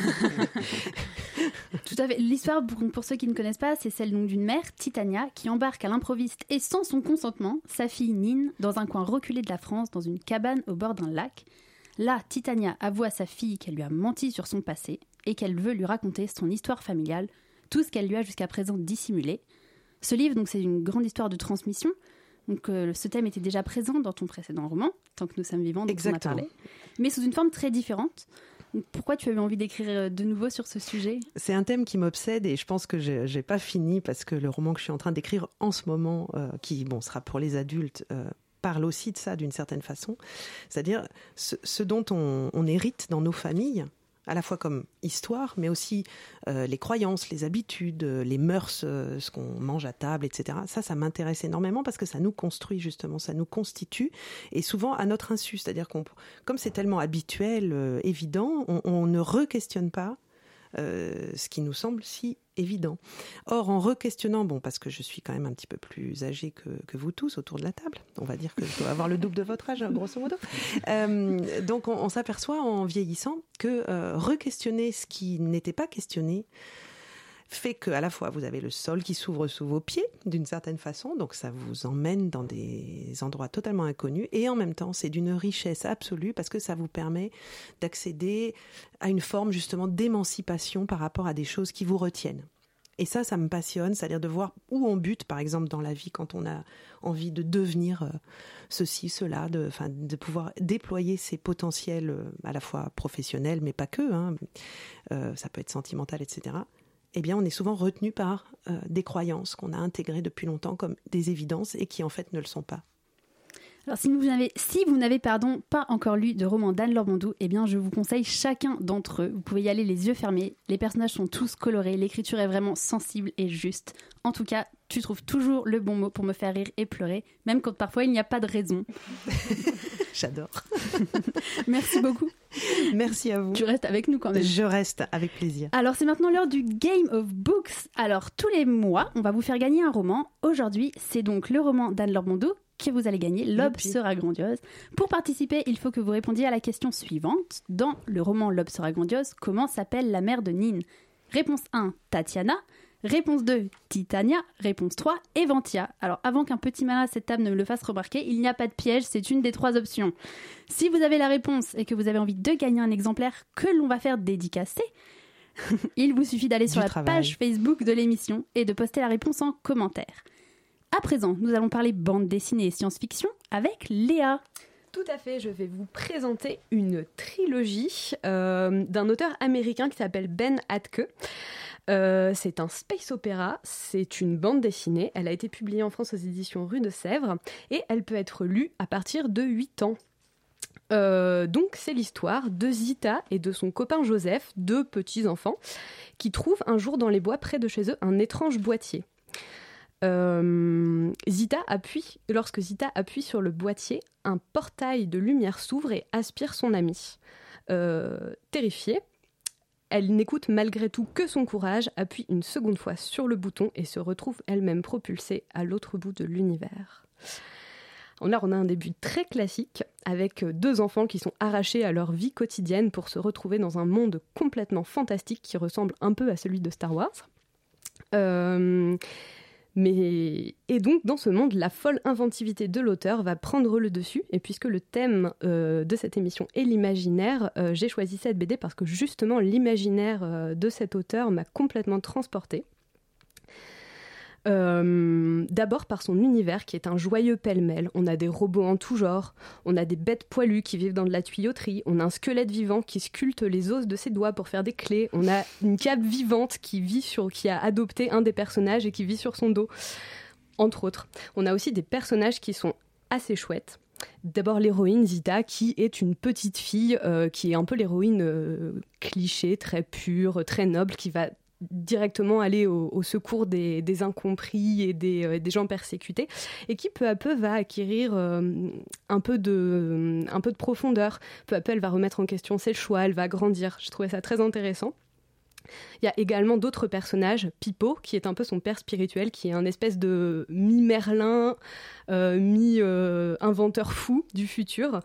Tout à fait. L'histoire pour ceux qui ne connaissent pas, c'est celle donc d'une mère, Titania, qui embarque à l'improviste et sans son consentement sa fille Nine dans un coin reculé de la France, dans une cabane au bord d'un lac. Là, Titania avoue à sa fille qu'elle lui a menti sur son passé et qu'elle veut lui raconter son histoire familiale, tout ce qu'elle lui a jusqu'à présent dissimulé. Ce livre, donc, c'est une grande histoire de transmission. Donc, ce thème était déjà présent dans ton précédent roman, Tant que nous sommes vivants, dont on a parlé, mais sous une forme très différente. Donc, pourquoi tu avais envie d'écrire de nouveau sur ce sujet ? C'est un thème qui m'obsède et je pense que j'ai pas fini parce que le roman que je suis en train d'écrire en ce moment, qui sera pour les adultes, parle aussi de ça d'une certaine façon. C'est-à-dire ce dont on hérite dans nos familles, à la fois comme histoire, mais aussi les croyances, les habitudes, les mœurs, ce qu'on mange à table, etc. Ça m'intéresse énormément parce que ça nous construit justement, ça nous constitue, et souvent à notre insu. C'est-à-dire comme c'est tellement habituel, évident, on ne re-questionne pas ce qui nous semble si évident. Or, en re-questionnant, parce que je suis quand même un petit peu plus âgée que vous tous autour de la table, on va dire que je dois avoir le double de votre âge, grosso modo. Donc, on s'aperçoit en vieillissant que re-questionner ce qui n'était pas questionné fait qu'à la fois vous avez le sol qui s'ouvre sous vos pieds d'une certaine façon, donc ça vous emmène dans des endroits totalement inconnus, et en même temps c'est d'une richesse absolue parce que ça vous permet d'accéder à une forme justement d'émancipation par rapport à des choses qui vous retiennent. Et ça me passionne, c'est-à-dire de voir où on bute, par exemple, dans la vie, quand on a envie de devenir ceci, cela, de pouvoir déployer ses potentiels à la fois professionnels, mais pas que, ça peut être sentimental, etc. Eh bien, on est souvent retenu par des croyances qu'on a intégrées depuis longtemps comme des évidences et qui, en fait, ne le sont pas. Alors, si vous n'avez pas encore lu de roman d'Anne-Laure Mondou, eh bien, je vous conseille chacun d'entre eux. Vous pouvez y aller les yeux fermés. Les personnages sont tous colorés. L'écriture est vraiment sensible et juste. En tout cas, tu trouves toujours le bon mot pour me faire rire et pleurer, même quand parfois il n'y a pas de raison. J'adore. Merci beaucoup. Merci à vous. Tu restes avec nous quand même. Je reste avec plaisir. Alors, c'est maintenant l'heure du Game of Books. Alors, tous les mois, on va vous faire gagner un roman. Aujourd'hui, c'est donc le roman d'Anne-Laure Mondou que vous allez gagner, L'aube sera grandiose. Pour participer, il faut que vous répondiez à la question suivante. Dans le roman L'aube sera grandiose, comment s'appelle la mère de Nine ? Réponse 1, Tatiana. Réponse 2, Titania. Réponse 3, Eventia. Alors, avant qu'un petit malin à cette table ne me le fasse remarquer, il n'y a pas de piège, c'est une des 3 options. Si vous avez la réponse et que vous avez envie de gagner un exemplaire que l'on va faire dédicacer, il vous suffit d'aller sur la page Facebook de l'émission et de poster la réponse en commentaire. À présent, nous allons parler bande dessinée et science-fiction avec Léa. Tout à fait, je vais vous présenter une trilogie d'un auteur américain qui s'appelle Ben Hatke. C'est un space opéra, c'est une bande dessinée, elle a été publiée en France aux éditions Rue de Sèvres et elle peut être lue à partir de 8 ans. Donc c'est l'histoire de Zita et de son copain Joseph, 2 petits-enfants, qui trouvent un jour dans les bois près de chez eux un étrange boîtier. Lorsque Zita appuie sur le boîtier, un portail de lumière s'ouvre et aspire son amie. Terrifiée, elle n'écoute malgré tout que son courage, appuie une seconde fois sur le bouton et se retrouve elle-même propulsée à l'autre bout de l'univers. Là, on a un début très classique, avec 2 enfants qui sont arrachés à leur vie quotidienne pour se retrouver dans un monde complètement fantastique qui ressemble un peu à celui de Star Wars. Et donc, dans ce monde, la folle inventivité de l'auteur va prendre le dessus. Et puisque le thème de cette émission est l'imaginaire, j'ai choisi cette BD parce que justement, l'imaginaire de cet auteur m'a complètement transportée. D'abord par son univers qui est un joyeux pêle-mêle. On a des robots en tout genre, on a des bêtes poilues qui vivent dans de la tuyauterie, on a un squelette vivant qui sculpte les os de ses doigts pour faire des clés, on a une cape vivante qui a adopté un des personnages et qui vit sur son dos, entre autres. On a aussi des personnages qui sont assez chouettes. D'abord l'héroïne Zita, qui est une petite fille qui est un peu l'héroïne cliché, très pure, très noble, qui va directement aller au secours des incompris et des gens persécutés, et qui peu à peu va acquérir un peu de profondeur. Peu à peu, elle va remettre en question ses choix, elle va grandir. Je trouvais ça très intéressant. Il y a également d'autres personnages, Pipo, qui est un peu son père spirituel, qui est un espèce de mi-Merlin, mi-inventeur fou du futur,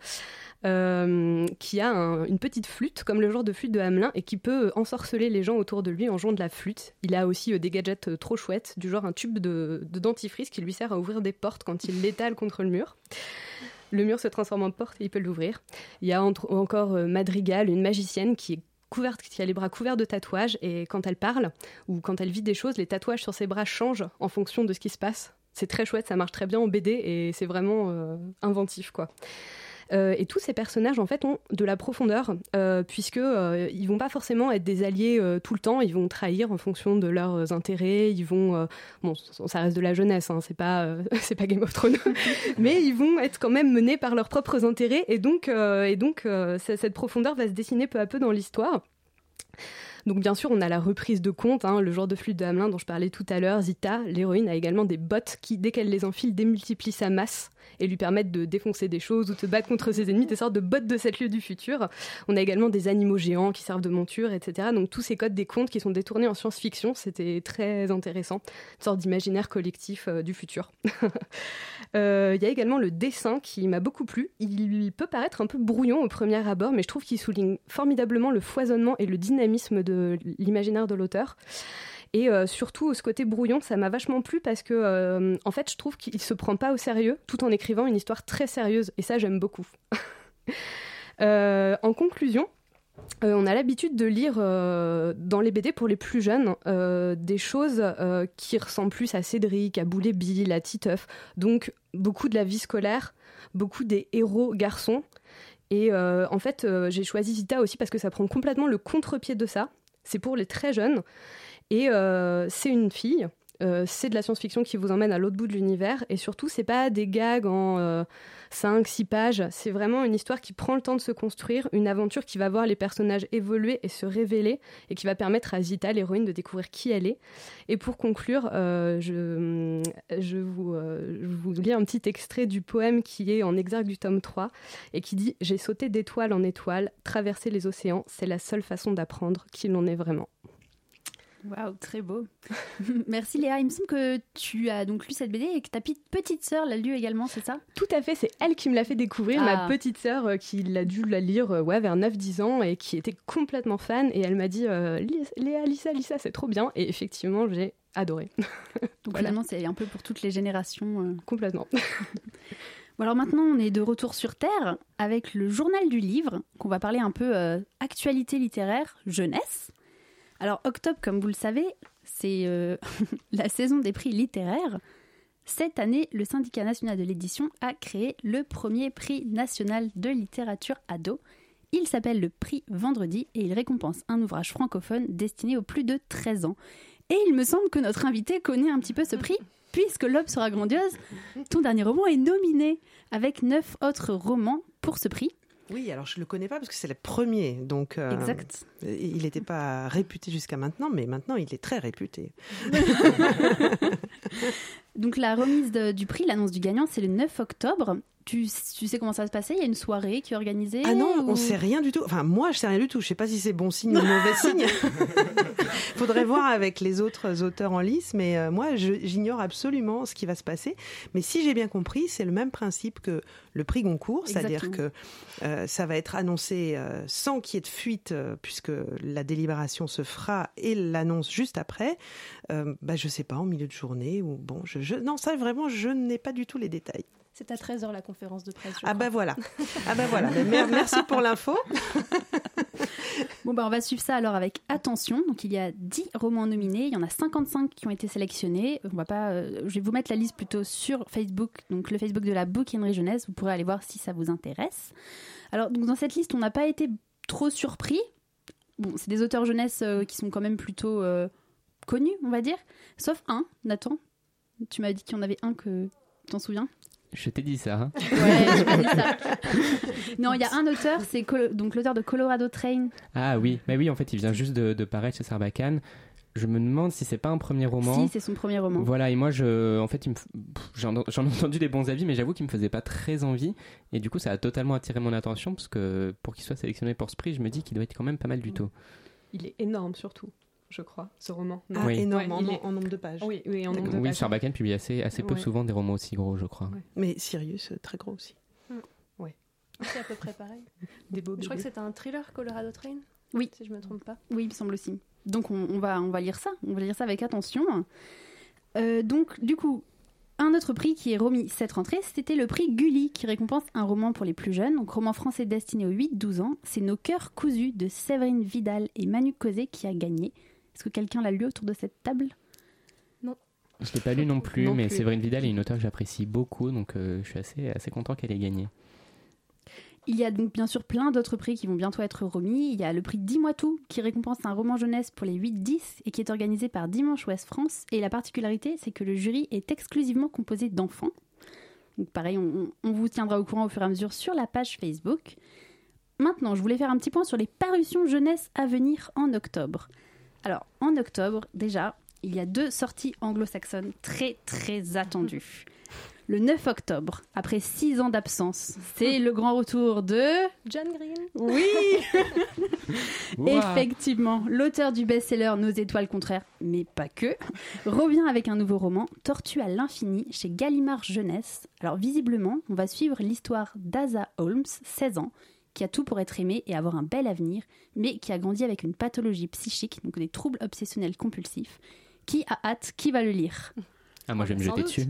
qui a une petite flûte, comme le genre de flûte de Hamelin, et qui peut ensorceler les gens autour de lui en jouant de la flûte. Il a aussi des gadgets trop chouettes, du genre un tube de dentifrice qui lui sert à ouvrir des portes quand il l'étale contre le mur. Le mur se transforme en porte et il peut l'ouvrir. Il y a encore Madrigal, une magicienne qui a les bras couverts de tatouages, et quand elle parle ou quand elle vit des choses, les tatouages sur ses bras changent en fonction de ce qui se passe. C'est très chouette, ça marche très bien en BD et c'est vraiment inventif, quoi. Et tous ces personnages en fait ont de la profondeur, puisque ils vont pas forcément être des alliés tout le temps, ils vont trahir en fonction de leurs intérêts, ils vont bon, ça reste de la jeunesse, hein, c'est pas Game of Thrones, mais ils vont être quand même menés par leurs propres intérêts, et donc cette profondeur va se dessiner peu à peu dans l'histoire. Donc bien sûr, on a la reprise de contes, hein, le genre de flûte de Hamelin dont je parlais tout à l'heure. Zita, l'héroïne, a également des bottes qui, dès qu'elle les enfile, démultiplient sa masse et lui permettent de défoncer des choses ou de se battre contre ses ennemis, des sortes de bottes de 7 lieues du futur. On a également des animaux géants qui servent de monture, etc. Donc tous ces codes des contes qui sont détournés en science-fiction, c'était très intéressant. Une sorte d'imaginaire collectif du futur. Il y a également le dessin qui m'a beaucoup plu. Il peut paraître un peu brouillon au premier abord, mais je trouve qu'il souligne formidablement le foisonnement et le dynamisme de l'imaginaire de l'auteur. Et surtout, ce côté brouillon, ça m'a vachement plu parce que, en fait, je trouve qu'il se prend pas au sérieux tout en écrivant une histoire très sérieuse. Et ça, j'aime beaucoup. En conclusion, on a l'habitude de lire dans les BD pour les plus jeunes des choses qui ressemblent plus à Cédric, à Boulet Bill, à Titeuf. Donc beaucoup de la vie scolaire, beaucoup des héros garçons. Et en fait, j'ai choisi Vita aussi parce que ça prend complètement le contre-pied de ça. C'est pour les très jeunes. Et c'est une fille. C'est de la science-fiction qui vous emmène à l'autre bout de l'univers. Et surtout, c'est pas des gags en 5-6 pages. C'est vraiment une histoire qui prend le temps de se construire. Une aventure qui va voir les personnages évoluer et se révéler. Et qui va permettre à Vita, l'héroïne, de découvrir qui elle est. Et pour conclure, je vous lis un petit extrait du poème qui est en exergue du tome 3 et qui dit « J'ai sauté d'étoile en étoile, traversé les océans, c'est la seule façon d'apprendre qui l'on est vraiment. » Waouh, très beau. Merci Léa. Il me semble que tu as donc lu cette BD et que ta petite sœur l'a lu également, c'est ça ? Tout à fait, c'est elle qui me l'a fait découvrir, ma petite sœur qui l'a dû la lire vers 9-10 ans et qui était complètement fan. Et elle m'a dit Léa, lis ça, c'est trop bien. Et effectivement, j'ai adoré. Donc voilà. Finalement, c'est un peu pour toutes les générations. Complètement. Bon, alors maintenant, on est de retour sur Terre avec le journal du livre, qu'on va parler un peu actualité littéraire, jeunesse. Alors, octobre, comme vous le savez, c'est la saison des prix littéraires. Cette année, le Syndicat national de l'édition a créé le premier prix national de littérature ado. Il s'appelle le prix Vendredi et il récompense un ouvrage francophone destiné aux plus de 13 ans. Et il me semble que notre invité connaît un petit peu ce prix, puisque L'Aube sera grandiose, ton dernier roman est nominé avec 9 autres romans pour ce prix. Oui, alors je ne le connais pas parce que c'est le premier, donc exact. Il n'était pas réputé jusqu'à maintenant, mais maintenant il est très réputé. Donc la remise du prix, l'annonce du gagnant, c'est le 9 octobre. Tu sais comment ça va se passer ? Il y a une soirée qui est organisée ? Ah non, on ne sait rien du tout. Enfin, moi, je ne sais rien du tout. Je ne sais pas si c'est bon signe ou mauvais signe. Il faudrait voir avec les autres auteurs en lice, mais moi, j'ignore absolument ce qui va se passer. Mais si j'ai bien compris, c'est le même principe que le prix Goncourt, c'est-à-dire que ça va être annoncé sans qu'il y ait de fuite, puisque la délibération se fera et l'annonce juste après. Je ne sais pas, en milieu de journée ou bon. Non, ça vraiment, je n'ai pas du tout les détails. C'est à 13h la conférence de presse. Voilà. Merci pour l'info. Bon, on va suivre ça alors avec attention. Donc, il y a 10 romans nominés. Il y en a 55 qui ont été sélectionnés. Je vais vous mettre la liste plutôt sur Facebook, donc le Facebook de la Bouquinerie Jeunesse. Vous pourrez aller voir si ça vous intéresse. Alors, donc, dans cette liste, on n'a pas été trop surpris. Bon, c'est des auteurs jeunesse qui sont quand même plutôt connus, on va dire. Sauf un, Nathan. Tu m'as dit qu'il y en avait un que... Tu t'en souviens ? Je t'ai dit ça. Hein. Ouais, je t'ai dit ça. Non, il y a un auteur, c'est donc l'auteur de Colorado Train. Ah oui, en fait, il vient juste de paraître chez Sarbacane. Je me demande si c'est pas un premier roman. Si, c'est son premier roman. Voilà, et moi, j'en ai entendu des bons avis, mais j'avoue qu'il me faisait pas très envie. Et du coup, ça a totalement attiré mon attention, parce que pour qu'il soit sélectionné pour ce prix, je me dis qu'il doit être quand même pas mal du tout. Il est énorme, surtout. Je crois, ce roman. Oui. Énorme, en nombre de pages. Oui, en nombre de pages. Oui, Sarbacane publie assez peu souvent des romans aussi gros, je crois. Ouais. Mais Sirius, très gros aussi. Oui. C'est à peu près pareil. Des beaux je crois que c'est un thriller, Colorado Train. Oui. Si je ne me trompe pas. Oui, il me semble aussi. Donc on va lire ça. On va lire ça avec attention. Donc, du coup, un autre prix qui est remis cette rentrée, c'était le prix Gulli, qui récompense un roman pour les plus jeunes, donc roman français destiné aux 8-12 ans. C'est Nos cœurs cousus de Séverine Vidal et Manu Cosé qui a gagné. Est-ce que quelqu'un l'a lu autour de cette table ? Non. Je ne l'ai pas lu non plus, mais Séverine Vidal est une auteure que j'apprécie beaucoup, donc je suis assez content qu'elle ait gagné. Il y a donc bien sûr plein d'autres prix qui vont bientôt être remis. Il y a le prix Dis-moi tout, qui récompense un roman jeunesse pour les 8-10 et qui est organisé par Dimanche Ouest France. Et la particularité, c'est que le jury est exclusivement composé d'enfants. Donc pareil, on vous tiendra au courant au fur et à mesure sur la page Facebook. Maintenant, je voulais faire un petit point sur les parutions jeunesse à venir en octobre. Alors, en octobre, déjà, il y a 2 sorties anglo-saxonnes très, très attendues. Le 9 octobre, après 6 ans d'absence, c'est le grand retour de... John Green. Oui. Effectivement, l'auteur du best-seller Nos étoiles contraires, mais pas que, revient avec un nouveau roman, Tortue à l'infini, chez Gallimard Jeunesse. Alors, visiblement, on va suivre l'histoire d'Asa Holmes, 16 ans, qui a tout pour être aimé et avoir un bel avenir, mais qui a grandi avec une pathologie psychique, donc des troubles obsessionnels compulsifs. Qui a hâte ? Qui va le lire ? Ah, moi je vais me jeter dessus.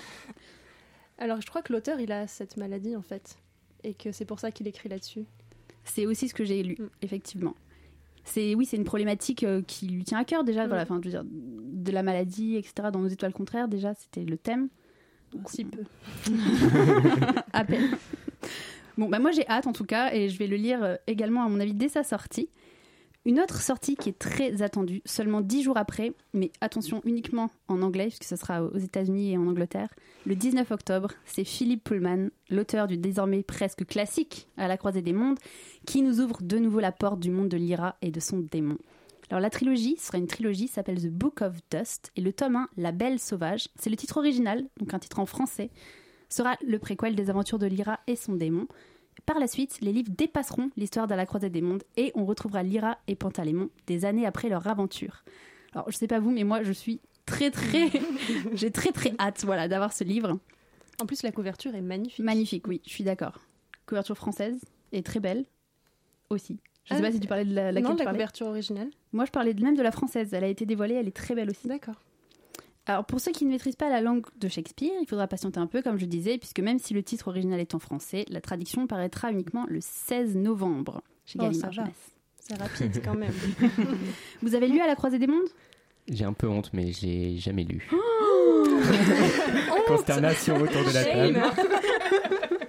Alors je crois que l'auteur il a cette maladie en fait, et que c'est pour ça qu'il écrit là-dessus. C'est aussi ce que j'ai lu, effectivement. C'est une problématique qui lui tient à cœur déjà, voilà, enfin, je veux dire, de la maladie, etc. Dans Nos étoiles contraires, déjà, c'était le thème. Donc, si peu. À peine. Bon, moi j'ai hâte en tout cas, et je vais le lire également à mon avis dès sa sortie. Une autre sortie qui est très attendue, seulement 10 jours après, mais attention uniquement en anglais, puisque ce sera aux États-Unis et en Angleterre, le 19 octobre, c'est Philip Pullman, l'auteur du désormais presque classique À la croisée des mondes, qui nous ouvre de nouveau la porte du monde de Lyra et de son démon. Alors la trilogie sera une trilogie, s'appelle The Book of Dust, et le tome 1, La Belle Sauvage, c'est le titre original, donc un titre en français, sera le préquel des aventures de Lyra et son démon. Par la suite, les livres dépasseront l'histoire d'À la croisée des mondes et on retrouvera Lyra et Pantalémon des années après leur aventure. Alors, je sais pas vous, mais moi, je suis j'ai très hâte, voilà, d'avoir ce livre. En plus, la couverture est magnifique. Magnifique, oui, je suis d'accord. Couverture française est très belle aussi. Je sais pas si tu parlais de laquelle non, tu la parlais. couverture originale. Moi, je parlais même de la française. Elle a été dévoilée, elle est très belle aussi. D'accord. Alors, pour ceux qui ne maîtrisent pas la langue de Shakespeare, il faudra patienter un peu, comme je disais, puisque même si le titre original est en français, la traduction paraîtra uniquement le 16 novembre chez Gallimard Jeunesse. C'est rapide quand même. Vous avez lu À la croisée des mondes ? J'ai un peu honte, mais j'ai jamais lu. Consternation autour de la table. Léa ?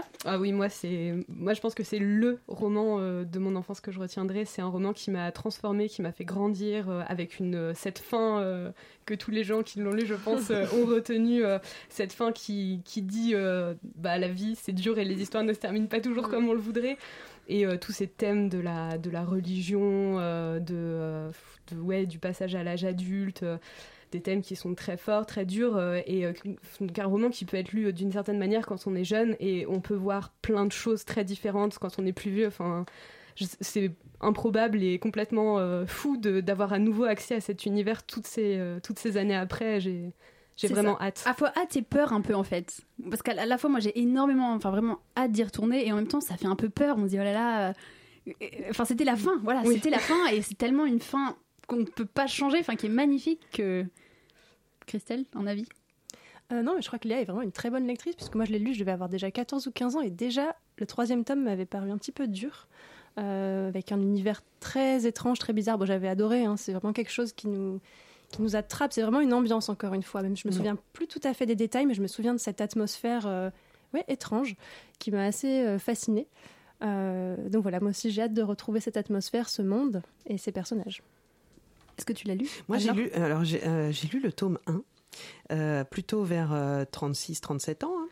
Ah oui, moi je pense que c'est le roman de mon enfance que je retiendrai. C'est un roman qui m'a transformée, qui m'a fait grandir avec cette fin que tous les gens qui l'ont lu, je pense, ont retenu. Cette fin qui dit la vie c'est dur et les histoires ne se terminent pas toujours comme on le voudrait. Et tous ces thèmes de la religion, du passage à l'âge adulte, des thèmes qui sont très forts, très durs, et un roman qui peut être lu d'une certaine manière quand on est jeune, et on peut voir plein de choses très différentes quand on est plus vieux. Enfin, c'est improbable et complètement fou d'avoir à nouveau accès à cet univers toutes ces années après. J'ai vraiment hâte. À la fois hâte et peur un peu en fait. Parce qu'à la fois moi j'ai vraiment hâte d'y retourner, et en même temps ça fait un peu peur. On se dit oh là là. Enfin c'était la fin, voilà, oui. C'était la fin, et c'est tellement une fin qu'on ne peut pas changer, enfin qui est magnifique que... Christelle, un avis ? Non, mais je crois que Léa est vraiment une très bonne lectrice, puisque moi je l'ai lu, je devais avoir déjà 14 ou 15 ans, et déjà le 3e tome m'avait paru un petit peu dur, avec un univers très étrange, très bizarre. Bon, j'avais adoré, hein, c'est vraiment quelque chose qui nous attrape, c'est vraiment une ambiance encore une fois. Même je me souviens plus tout à fait des détails, mais je me souviens de cette atmosphère étrange qui m'a assez fascinée. Donc voilà, moi aussi j'ai hâte de retrouver cette atmosphère, ce monde et ces personnages. Est-ce que tu l'as lu ? Moi j'ai lu le tome 1, plutôt vers 36-37 ans.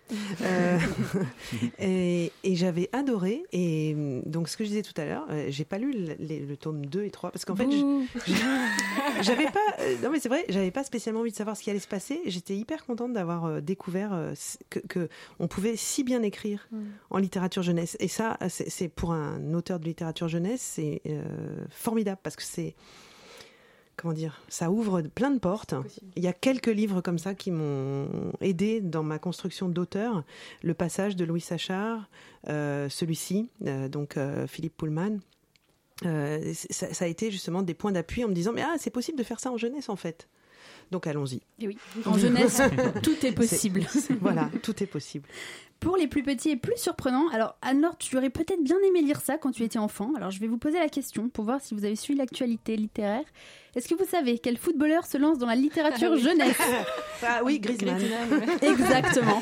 Et j'avais adoré. Et donc ce que je disais tout à l'heure, j'ai pas lu le tome 2 et 3 parce qu'en fait j'avais pas non mais c'est vrai, j'avais pas spécialement envie de savoir ce qui allait se passer. J'étais hyper contente d'avoir découvert que on pouvait si bien écrire en littérature jeunesse, et ça c'est pour un auteur de littérature jeunesse, c'est formidable, parce que c'est, comment dire, ça ouvre plein de portes. Il y a quelques livres comme ça qui m'ont aidé dans ma construction d'auteur. Le passage de Louis Sachar, celui-ci, Philippe Pullman. Ça a été justement des points d'appui en me disant mais c'est possible de faire ça en jeunesse en fait. Donc allons-y. Et oui, en jeunesse, tout est possible. Voilà, tout est possible. Pour les plus petits et plus surprenants, alors Anne-Laure, tu aurais peut-être bien aimé lire ça quand tu étais enfant. Alors je vais vous poser la question pour voir si vous avez suivi l'actualité littéraire. Est-ce que vous savez quel footballeur se lance dans la littérature jeunesse ? Ah oui, Griezmann. Exactement.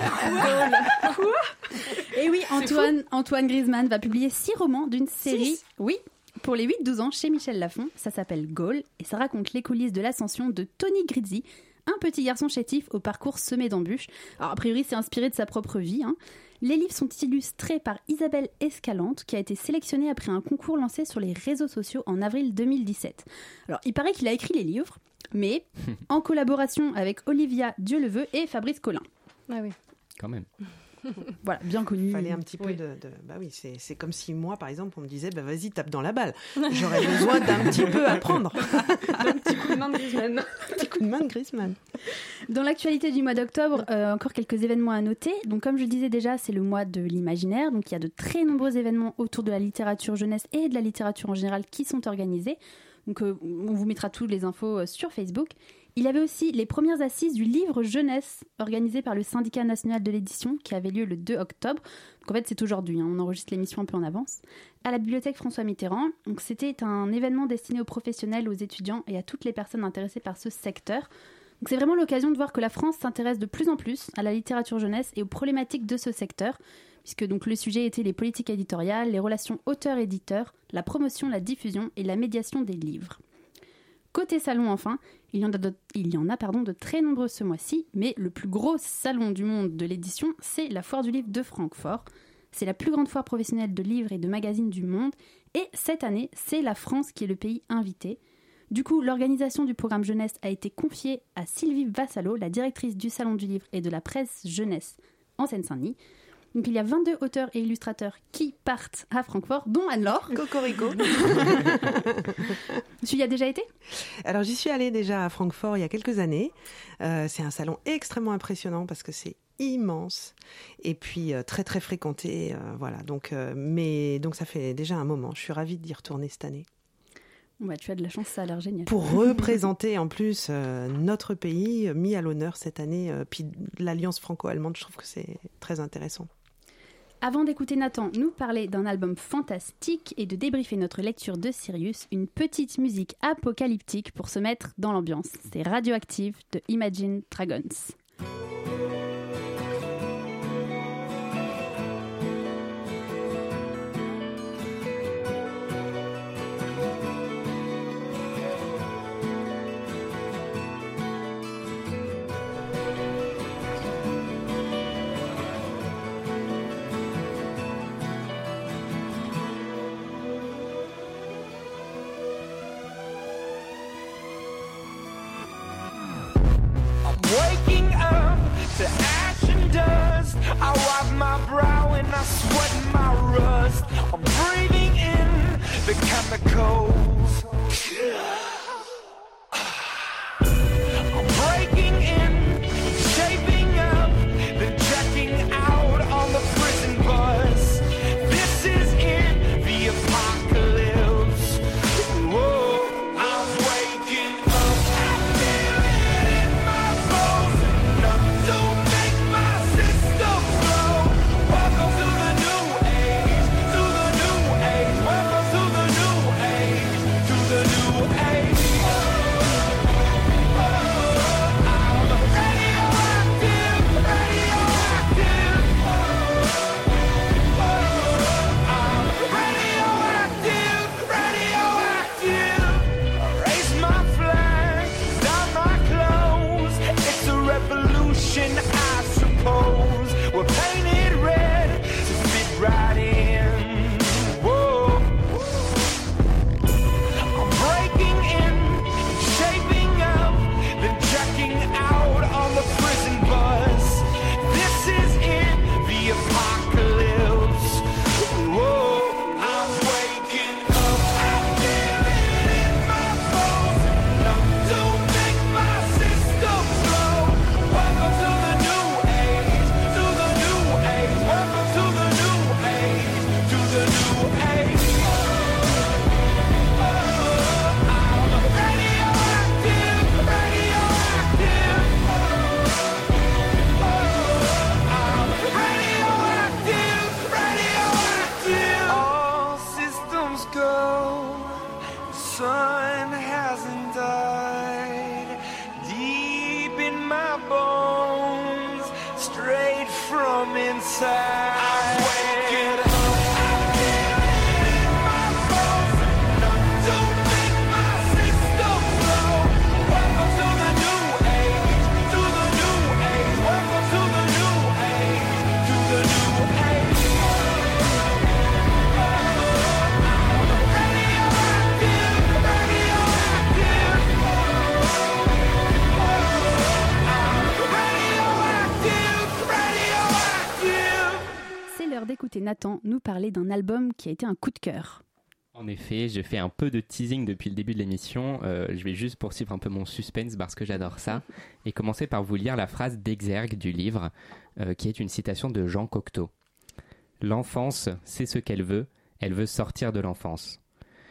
Et oui, Antoine Griezmann va publier 6 romans d'une série. Oui. Pour les 8-12 ans, chez Michel Lafon, ça s'appelle Goal, et ça raconte les coulisses de l'ascension de Tony Grizzi, un petit garçon chétif au parcours semé d'embûches. Alors a priori, c'est inspiré de sa propre vie. Les livres sont illustrés par Isabelle Escalante, qui a été sélectionnée après un concours lancé sur les réseaux sociaux en avril 2017. Alors il paraît qu'il a écrit les livres, mais en collaboration avec Olivia Dieuleveux et Fabrice Collin. Ah oui. Quand même. Voilà, bien connu. Il fallait un petit peu Bah oui, c'est comme si moi, par exemple, on me disait vas-y, tape dans la balle. J'aurais besoin d'un petit peu apprendre. Un petit coup de main de Griezmann. Petit coup de main de Griezmann. Dans l'actualité du mois d'octobre, encore quelques événements à noter. Donc, comme je disais déjà, c'est le mois de l'imaginaire. Donc, il y a de très nombreux événements autour de la littérature jeunesse et de la littérature en général qui sont organisés. Donc, on vous mettra toutes les infos sur Facebook. Il y avait aussi les premières assises du livre jeunesse organisées par le syndicat national de l'édition qui avait lieu le 2 octobre. Donc en fait c'est aujourd'hui, on enregistre l'émission un peu en avance, à la bibliothèque François Mitterrand. Donc c'était un événement destiné aux professionnels, aux étudiants et à toutes les personnes intéressées par ce secteur. Donc c'est vraiment l'occasion de voir que la France s'intéresse de plus en plus à la littérature jeunesse et aux problématiques de ce secteur, puisque donc le sujet était les politiques éditoriales, les relations auteurs-éditeurs, la promotion, la diffusion et la médiation des livres. Côté salon enfin, il y en a de très nombreux ce mois-ci, mais le plus gros salon du monde de l'édition, c'est la Foire du Livre de Francfort. C'est la plus grande foire professionnelle de livres et de magazines du monde, et cette année, c'est la France qui est le pays invité. Du coup, l'organisation du programme jeunesse a été confiée à Sylvie Vassalo, la directrice du Salon du Livre et de la presse jeunesse en Seine-Saint-Denis. Donc il y a 22 auteurs et illustrateurs qui partent à Francfort, dont Anne-Laure. Cocorico. Tu y as déjà été ? Alors j'y suis allée déjà à Francfort il y a quelques années. C'est un salon extrêmement impressionnant parce que c'est immense et puis très très fréquenté. Voilà. Donc ça fait déjà un moment. Je suis ravie d'y retourner cette année. Ouais, tu as de la chance, ça a l'air génial. Pour représenter en plus notre pays mis à l'honneur cette année, puis l'alliance franco-allemande, je trouve que c'est très intéressant. Avant d'écouter Nathan nous parler d'un album fantastique et de débriefer notre lecture de Sirius, une petite musique apocalyptique pour se mettre dans l'ambiance. C'est Radioactive de Imagine Dragons. Waking up to ash and dust, I wipe my brow and I sweat my rust. I'm breathing in the chemicals. I'm breaking in, shaping up, then checking out on the prison bus. This is it, the apocalypse. Whoa, I'm waking up. I feel it in my bones, enough to make my system blow. Welcome to the new age, to the new age. Welcome to the new age, to the new age. I'm radioactive, radioactive. I'm radioactive, radioactive. Raise my flag, down my clothes. It's a revolution, I suppose. We're painted red to fit right in. Whoa. I'm breaking in, shaping up, then checking out on the prison bus. This is it, the apocalypse. Whoa, I'm waking up. I feel it in my bones, enough to make my system blow. Welcome to the new age, to the new age. Welcome to the new age, to the new age. I'm radioactive, radioactive. I'm radioactive, radioactive. All systems go. Sun hasn't died. Deep in my bones, straight from inside. I'm waking up. I feel it in my bones, enough to make my system blow. Welcome to the new age, to the new age. Welcome to the new age, to the new age. I'm radioactive, radioactive. I'm radioactive, radioactive. C'est l'heure d'écouter Nathan nous parler d'un album qui a été un coup de cœur. En effet, je fais un peu de teasing depuis le début de l'émission. Je vais juste poursuivre un peu mon suspense parce que j'adore ça. Et commencer par vous lire la phrase d'exergue du livre, qui est une citation de Jean Cocteau. « L'enfance, c'est ce qu'elle veut sortir de l'enfance. »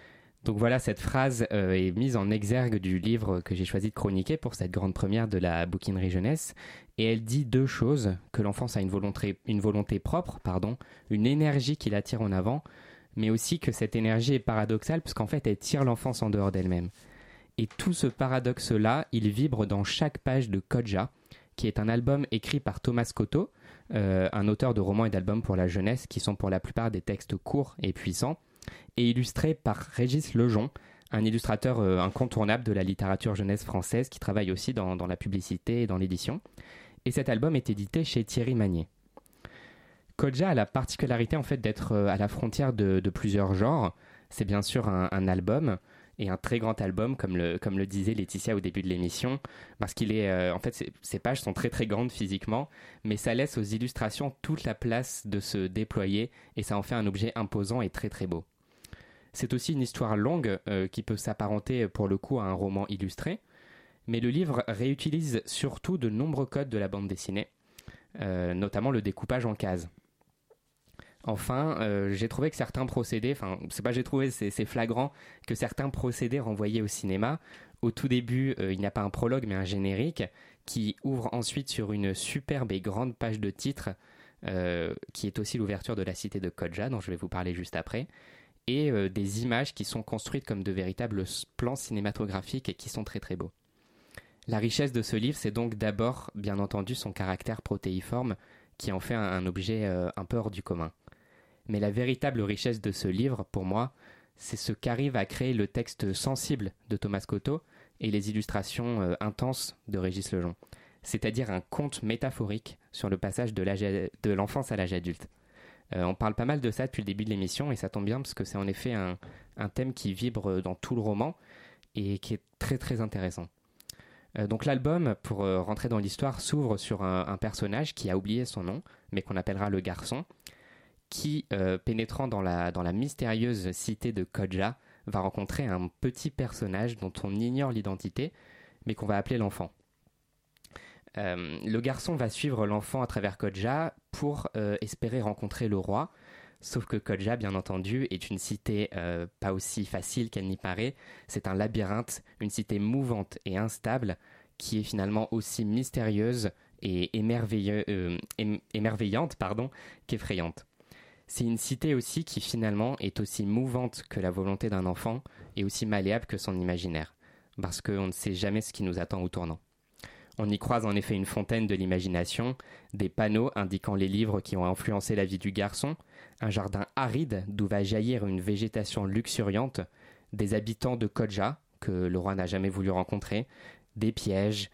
Donc voilà, cette phrase est mise en exergue du livre que j'ai choisi de chroniquer pour cette grande première de la bouquinerie jeunesse. Et elle dit deux choses, que l'enfance a une volonté propre, une énergie qui l'attire en avant, mais aussi que cette énergie est paradoxale, parce qu'en fait, elle tire l'enfance en dehors d'elle-même. Et tout ce paradoxe-là, il vibre dans chaque page de Kodja, qui est un album écrit par Thomas Cotto, un auteur de romans et d'albums pour la jeunesse, qui sont pour la plupart des textes courts et puissants, et illustré par Régis Lejon, un illustrateur incontournable de la littérature jeunesse française qui travaille aussi dans la publicité et dans l'édition. Et cet album est édité chez Thierry Magnier. Kodja a la particularité en fait d'être à la frontière de plusieurs genres. C'est bien sûr un album, et un très grand album, comme le disait Laetitia au début de l'émission, parce qu'il est, en fait, ces pages sont très très grandes physiquement, mais ça laisse aux illustrations toute la place de se déployer, et ça en fait un objet imposant et très très beau. C'est aussi une histoire longue qui peut s'apparenter pour le coup à un roman illustré, mais le livre réutilise surtout de nombreux codes de la bande dessinée, notamment le découpage en cases. Enfin, j'ai trouvé que certains procédés, c'est flagrant que certains procédés renvoyaient au cinéma. Au tout début, il n'y a pas un prologue mais un générique qui ouvre ensuite sur une superbe et grande page de titre qui est aussi l'ouverture de la cité de Kodja dont je vais vous parler juste après. Et des images qui sont construites comme de véritables plans cinématographiques et qui sont très très beaux. La richesse de ce livre, c'est donc d'abord, bien entendu, son caractère protéiforme qui en fait un objet un peu hors du commun. Mais la véritable richesse de ce livre, pour moi, c'est ce qu'arrive à créer le texte sensible de Thomas Cotto et les illustrations intenses de Régis Lejon, c'est-à-dire un conte métaphorique sur le passage de l'enfance à l'âge adulte. On parle pas mal de ça depuis le début de l'émission et ça tombe bien parce que c'est en effet un thème qui vibre dans tout le roman et qui est très très intéressant. Donc l'album, pour rentrer dans l'histoire, s'ouvre sur un personnage qui a oublié son nom, mais qu'on appellera le garçon, qui, pénétrant dans la mystérieuse cité de Kodja, va rencontrer un petit personnage dont on ignore l'identité, mais qu'on va appeler l'enfant. Le garçon va suivre l'enfant à travers Kodja pour espérer rencontrer le roi, sauf que Kodja, bien entendu, est une cité pas aussi facile qu'elle n'y paraît. C'est un labyrinthe, une cité mouvante et instable qui est finalement aussi mystérieuse et émerveillante qu'effrayante. C'est une cité aussi qui finalement est aussi mouvante que la volonté d'un enfant et aussi malléable que son imaginaire, parce qu'on ne sait jamais ce qui nous attend au tournant. On y croise en effet une fontaine de l'imagination, des panneaux indiquant les livres qui ont influencé la vie du garçon, un jardin aride d'où va jaillir une végétation luxuriante, des habitants de Kodja, que le roi n'a jamais voulu rencontrer, des pièges,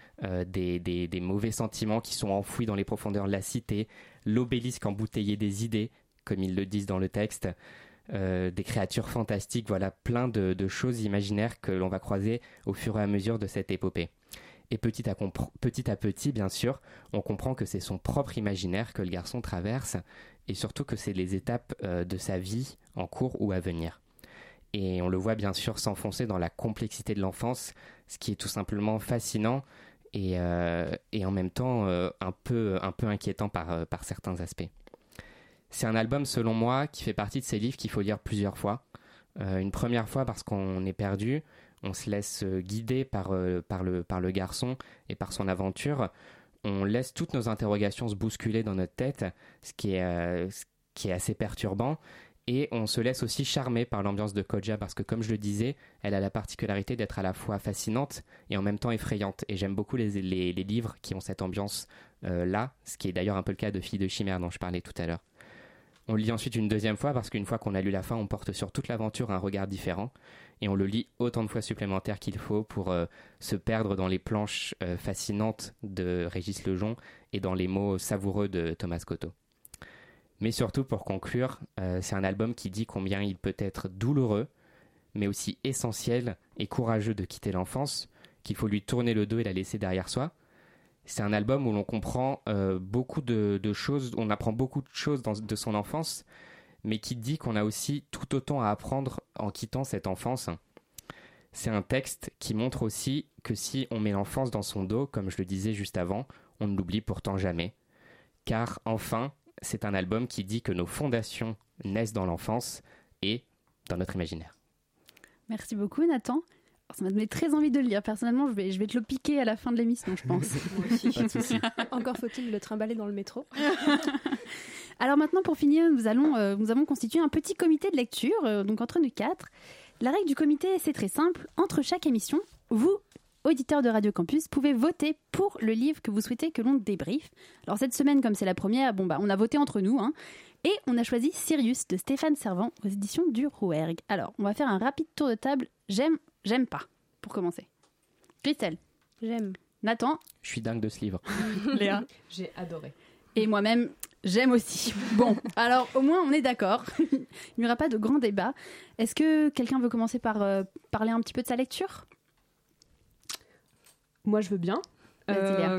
des mauvais sentiments qui sont enfouis dans les profondeurs de la cité, l'obélisque embouteillé des idées, comme ils le disent dans le texte, des créatures fantastiques, voilà, plein de choses imaginaires que l'on va croiser au fur et à mesure de cette épopée. Et petit à petit, bien sûr, on comprend que c'est son propre imaginaire que le garçon traverse, et surtout que c'est les étapes de sa vie en cours ou à venir. Et on le voit bien sûr s'enfoncer dans la complexité de l'enfance, ce qui est tout simplement fascinant et en même temps un peu inquiétant par certains aspects. C'est un album, selon moi, qui fait partie de ces livres qu'il faut lire plusieurs fois. Une première fois parce qu'on est perdu, on se laisse guider par le garçon et par son aventure. On laisse toutes nos interrogations se bousculer dans notre tête, ce qui est assez perturbant. Et on se laisse aussi charmer par l'ambiance de Kodja parce que, comme je le disais, elle a la particularité d'être à la fois fascinante et en même temps effrayante. Et j'aime beaucoup les livres qui ont cette ambiance-là, ce qui est d'ailleurs un peu le cas de Filles de Chimère dont je parlais tout à l'heure. On le lit ensuite une deuxième fois parce qu'une fois qu'on a lu la fin, on porte sur toute l'aventure un regard différent et on le lit autant de fois supplémentaires qu'il faut pour se perdre dans les planches fascinantes de Régis Lejon et dans les mots savoureux de Thomas Cotto. Mais surtout, pour conclure, c'est un album qui dit combien il peut être douloureux, mais aussi essentiel et courageux de quitter l'enfance, qu'il faut lui tourner le dos et la laisser derrière soi. C'est un album où l'on comprend beaucoup de choses, on apprend beaucoup de choses de son enfance, mais qui dit qu'on a aussi tout autant à apprendre en quittant cette enfance. C'est un texte qui montre aussi que si on met l'enfance dans son dos, comme je le disais juste avant, on ne l'oublie pourtant jamais. Car enfin, c'est un album qui dit que nos fondations naissent dans l'enfance et dans notre imaginaire. Merci beaucoup, Nathan. Alors, ça m'a donné très envie de le lire. Personnellement, je vais te le piquer à la fin de l'émission, je pense. Moi aussi. Pas de souci. Encore faut-il le trimballer dans le métro. Alors maintenant, pour finir, nous avons constitué un petit comité de lecture, donc entre nous 4. La règle du comité, c'est très simple. Entre chaque émission, vous, auditeurs de Radio Campus, pouvez voter pour le livre que vous souhaitez que l'on débriefe. Alors cette semaine, comme c'est la première, on a voté entre nous, hein, et on a choisi Sirius de Stéphane Servan aux éditions du Rouergue. Alors, on va faire un rapide tour de table. J'aime pas, pour commencer. Christelle. J'aime. Nathan. Je suis dingue de ce livre. Léa. J'ai adoré. Et moi-même, j'aime aussi. Bon, alors au moins on est d'accord. Il n'y aura pas de grand débat. Est-ce que quelqu'un veut commencer par parler un petit peu de sa lecture ? Moi, je veux bien. Vas-y, Léa.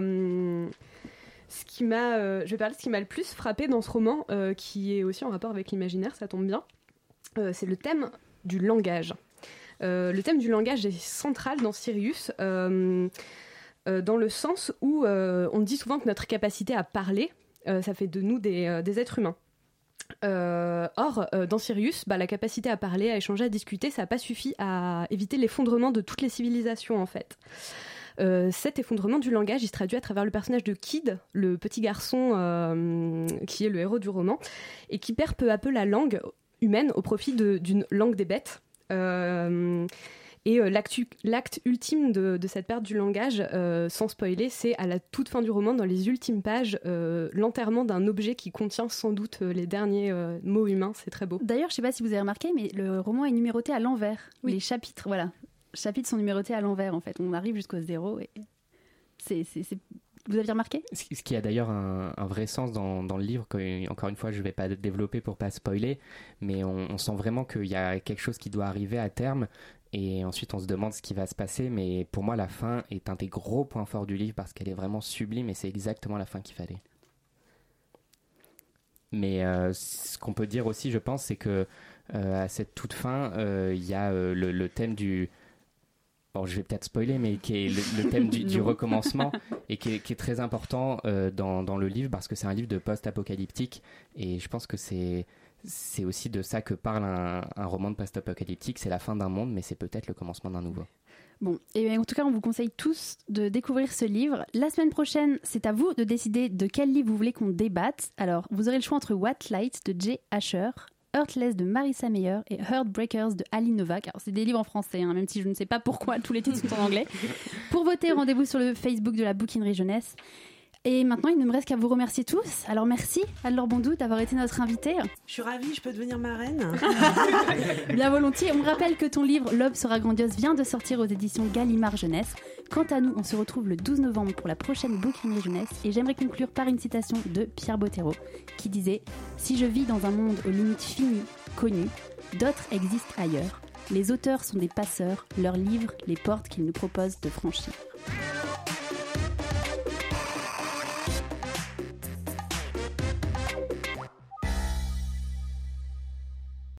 Je vais parler de ce qui m'a le plus frappé dans ce roman, qui est aussi en rapport avec l'imaginaire, ça tombe bien. C'est le thème du langage. Le thème du langage est central dans Sirius, dans le sens où on dit souvent que notre capacité à parler, ça fait de nous des êtres humains. Or, dans Sirius, la capacité à parler, à échanger, à discuter, ça n'a pas suffi à éviter l'effondrement de toutes les civilisations, en fait. Cet effondrement du langage, il se traduit à travers le personnage de Kid, le petit garçon qui est le héros du roman, et qui perd peu à peu la langue humaine au profit d'une langue des bêtes. Et l'acte ultime de cette perte du langage, sans spoiler, c'est à la toute fin du roman, dans les ultimes pages, l'enterrement d'un objet qui contient sans doute les derniers mots humains. C'est très beau. D'ailleurs, je ne sais pas si vous avez remarqué, mais le roman est numéroté à l'envers. Oui. Les chapitres, voilà. Les chapitres sont numérotés à l'envers, en fait. On arrive jusqu'au 0 et Vous aviez remarqué ? Ce qui a d'ailleurs un vrai sens dans le livre, que, encore une fois, je ne vais pas développer pour pas spoiler, mais on sent vraiment qu'il y a quelque chose qui doit arriver à terme, et ensuite on se demande ce qui va se passer, mais pour moi la fin est un des gros points forts du livre, parce qu'elle est vraiment sublime, et c'est exactement la fin qu'il fallait. Mais ce qu'on peut dire aussi, je pense, c'est que à cette toute fin, il y a le thème du... Bon, je vais peut-être spoiler, mais qui est le thème du recommencement, et qui est très important dans le livre, parce que c'est un livre de post-apocalyptique, et je pense que c'est aussi de ça que parle un roman de post-apocalyptique. C'est la fin d'un monde, mais c'est peut-être le commencement d'un nouveau. Bon, et en tout cas, on vous conseille tous de découvrir ce livre. La semaine prochaine, c'est à vous de décider de quel livre vous voulez qu'on débatte. Alors, vous aurez le choix entre What Light de Jay Asher, Heartless de Marissa Meyer et Heartbreakers de Ali Novak. Alors, c'est des livres en français, hein, même si je ne sais pas pourquoi tous les titres sont en anglais. Pour voter, rendez-vous sur le Facebook de la Bouquinerie Jeunesse. Et maintenant, il ne me reste qu'à vous remercier tous. Alors, merci Anne-Laure Bondou d'avoir été notre invitée. Je suis ravie, je peux devenir marraine. Bien volontiers. On rappelle que ton livre L'aube sera grandiose vient de sortir aux éditions Gallimard Jeunesse. Quant à nous, on se retrouve le 12 novembre pour la prochaine Bouquinerie Jeunesse. Et j'aimerais conclure par une citation de Pierre Bottero qui disait « Si je vis dans un monde aux limites finies, connues, d'autres existent ailleurs. Les auteurs sont des passeurs, leurs livres, les portes qu'ils nous proposent de franchir. »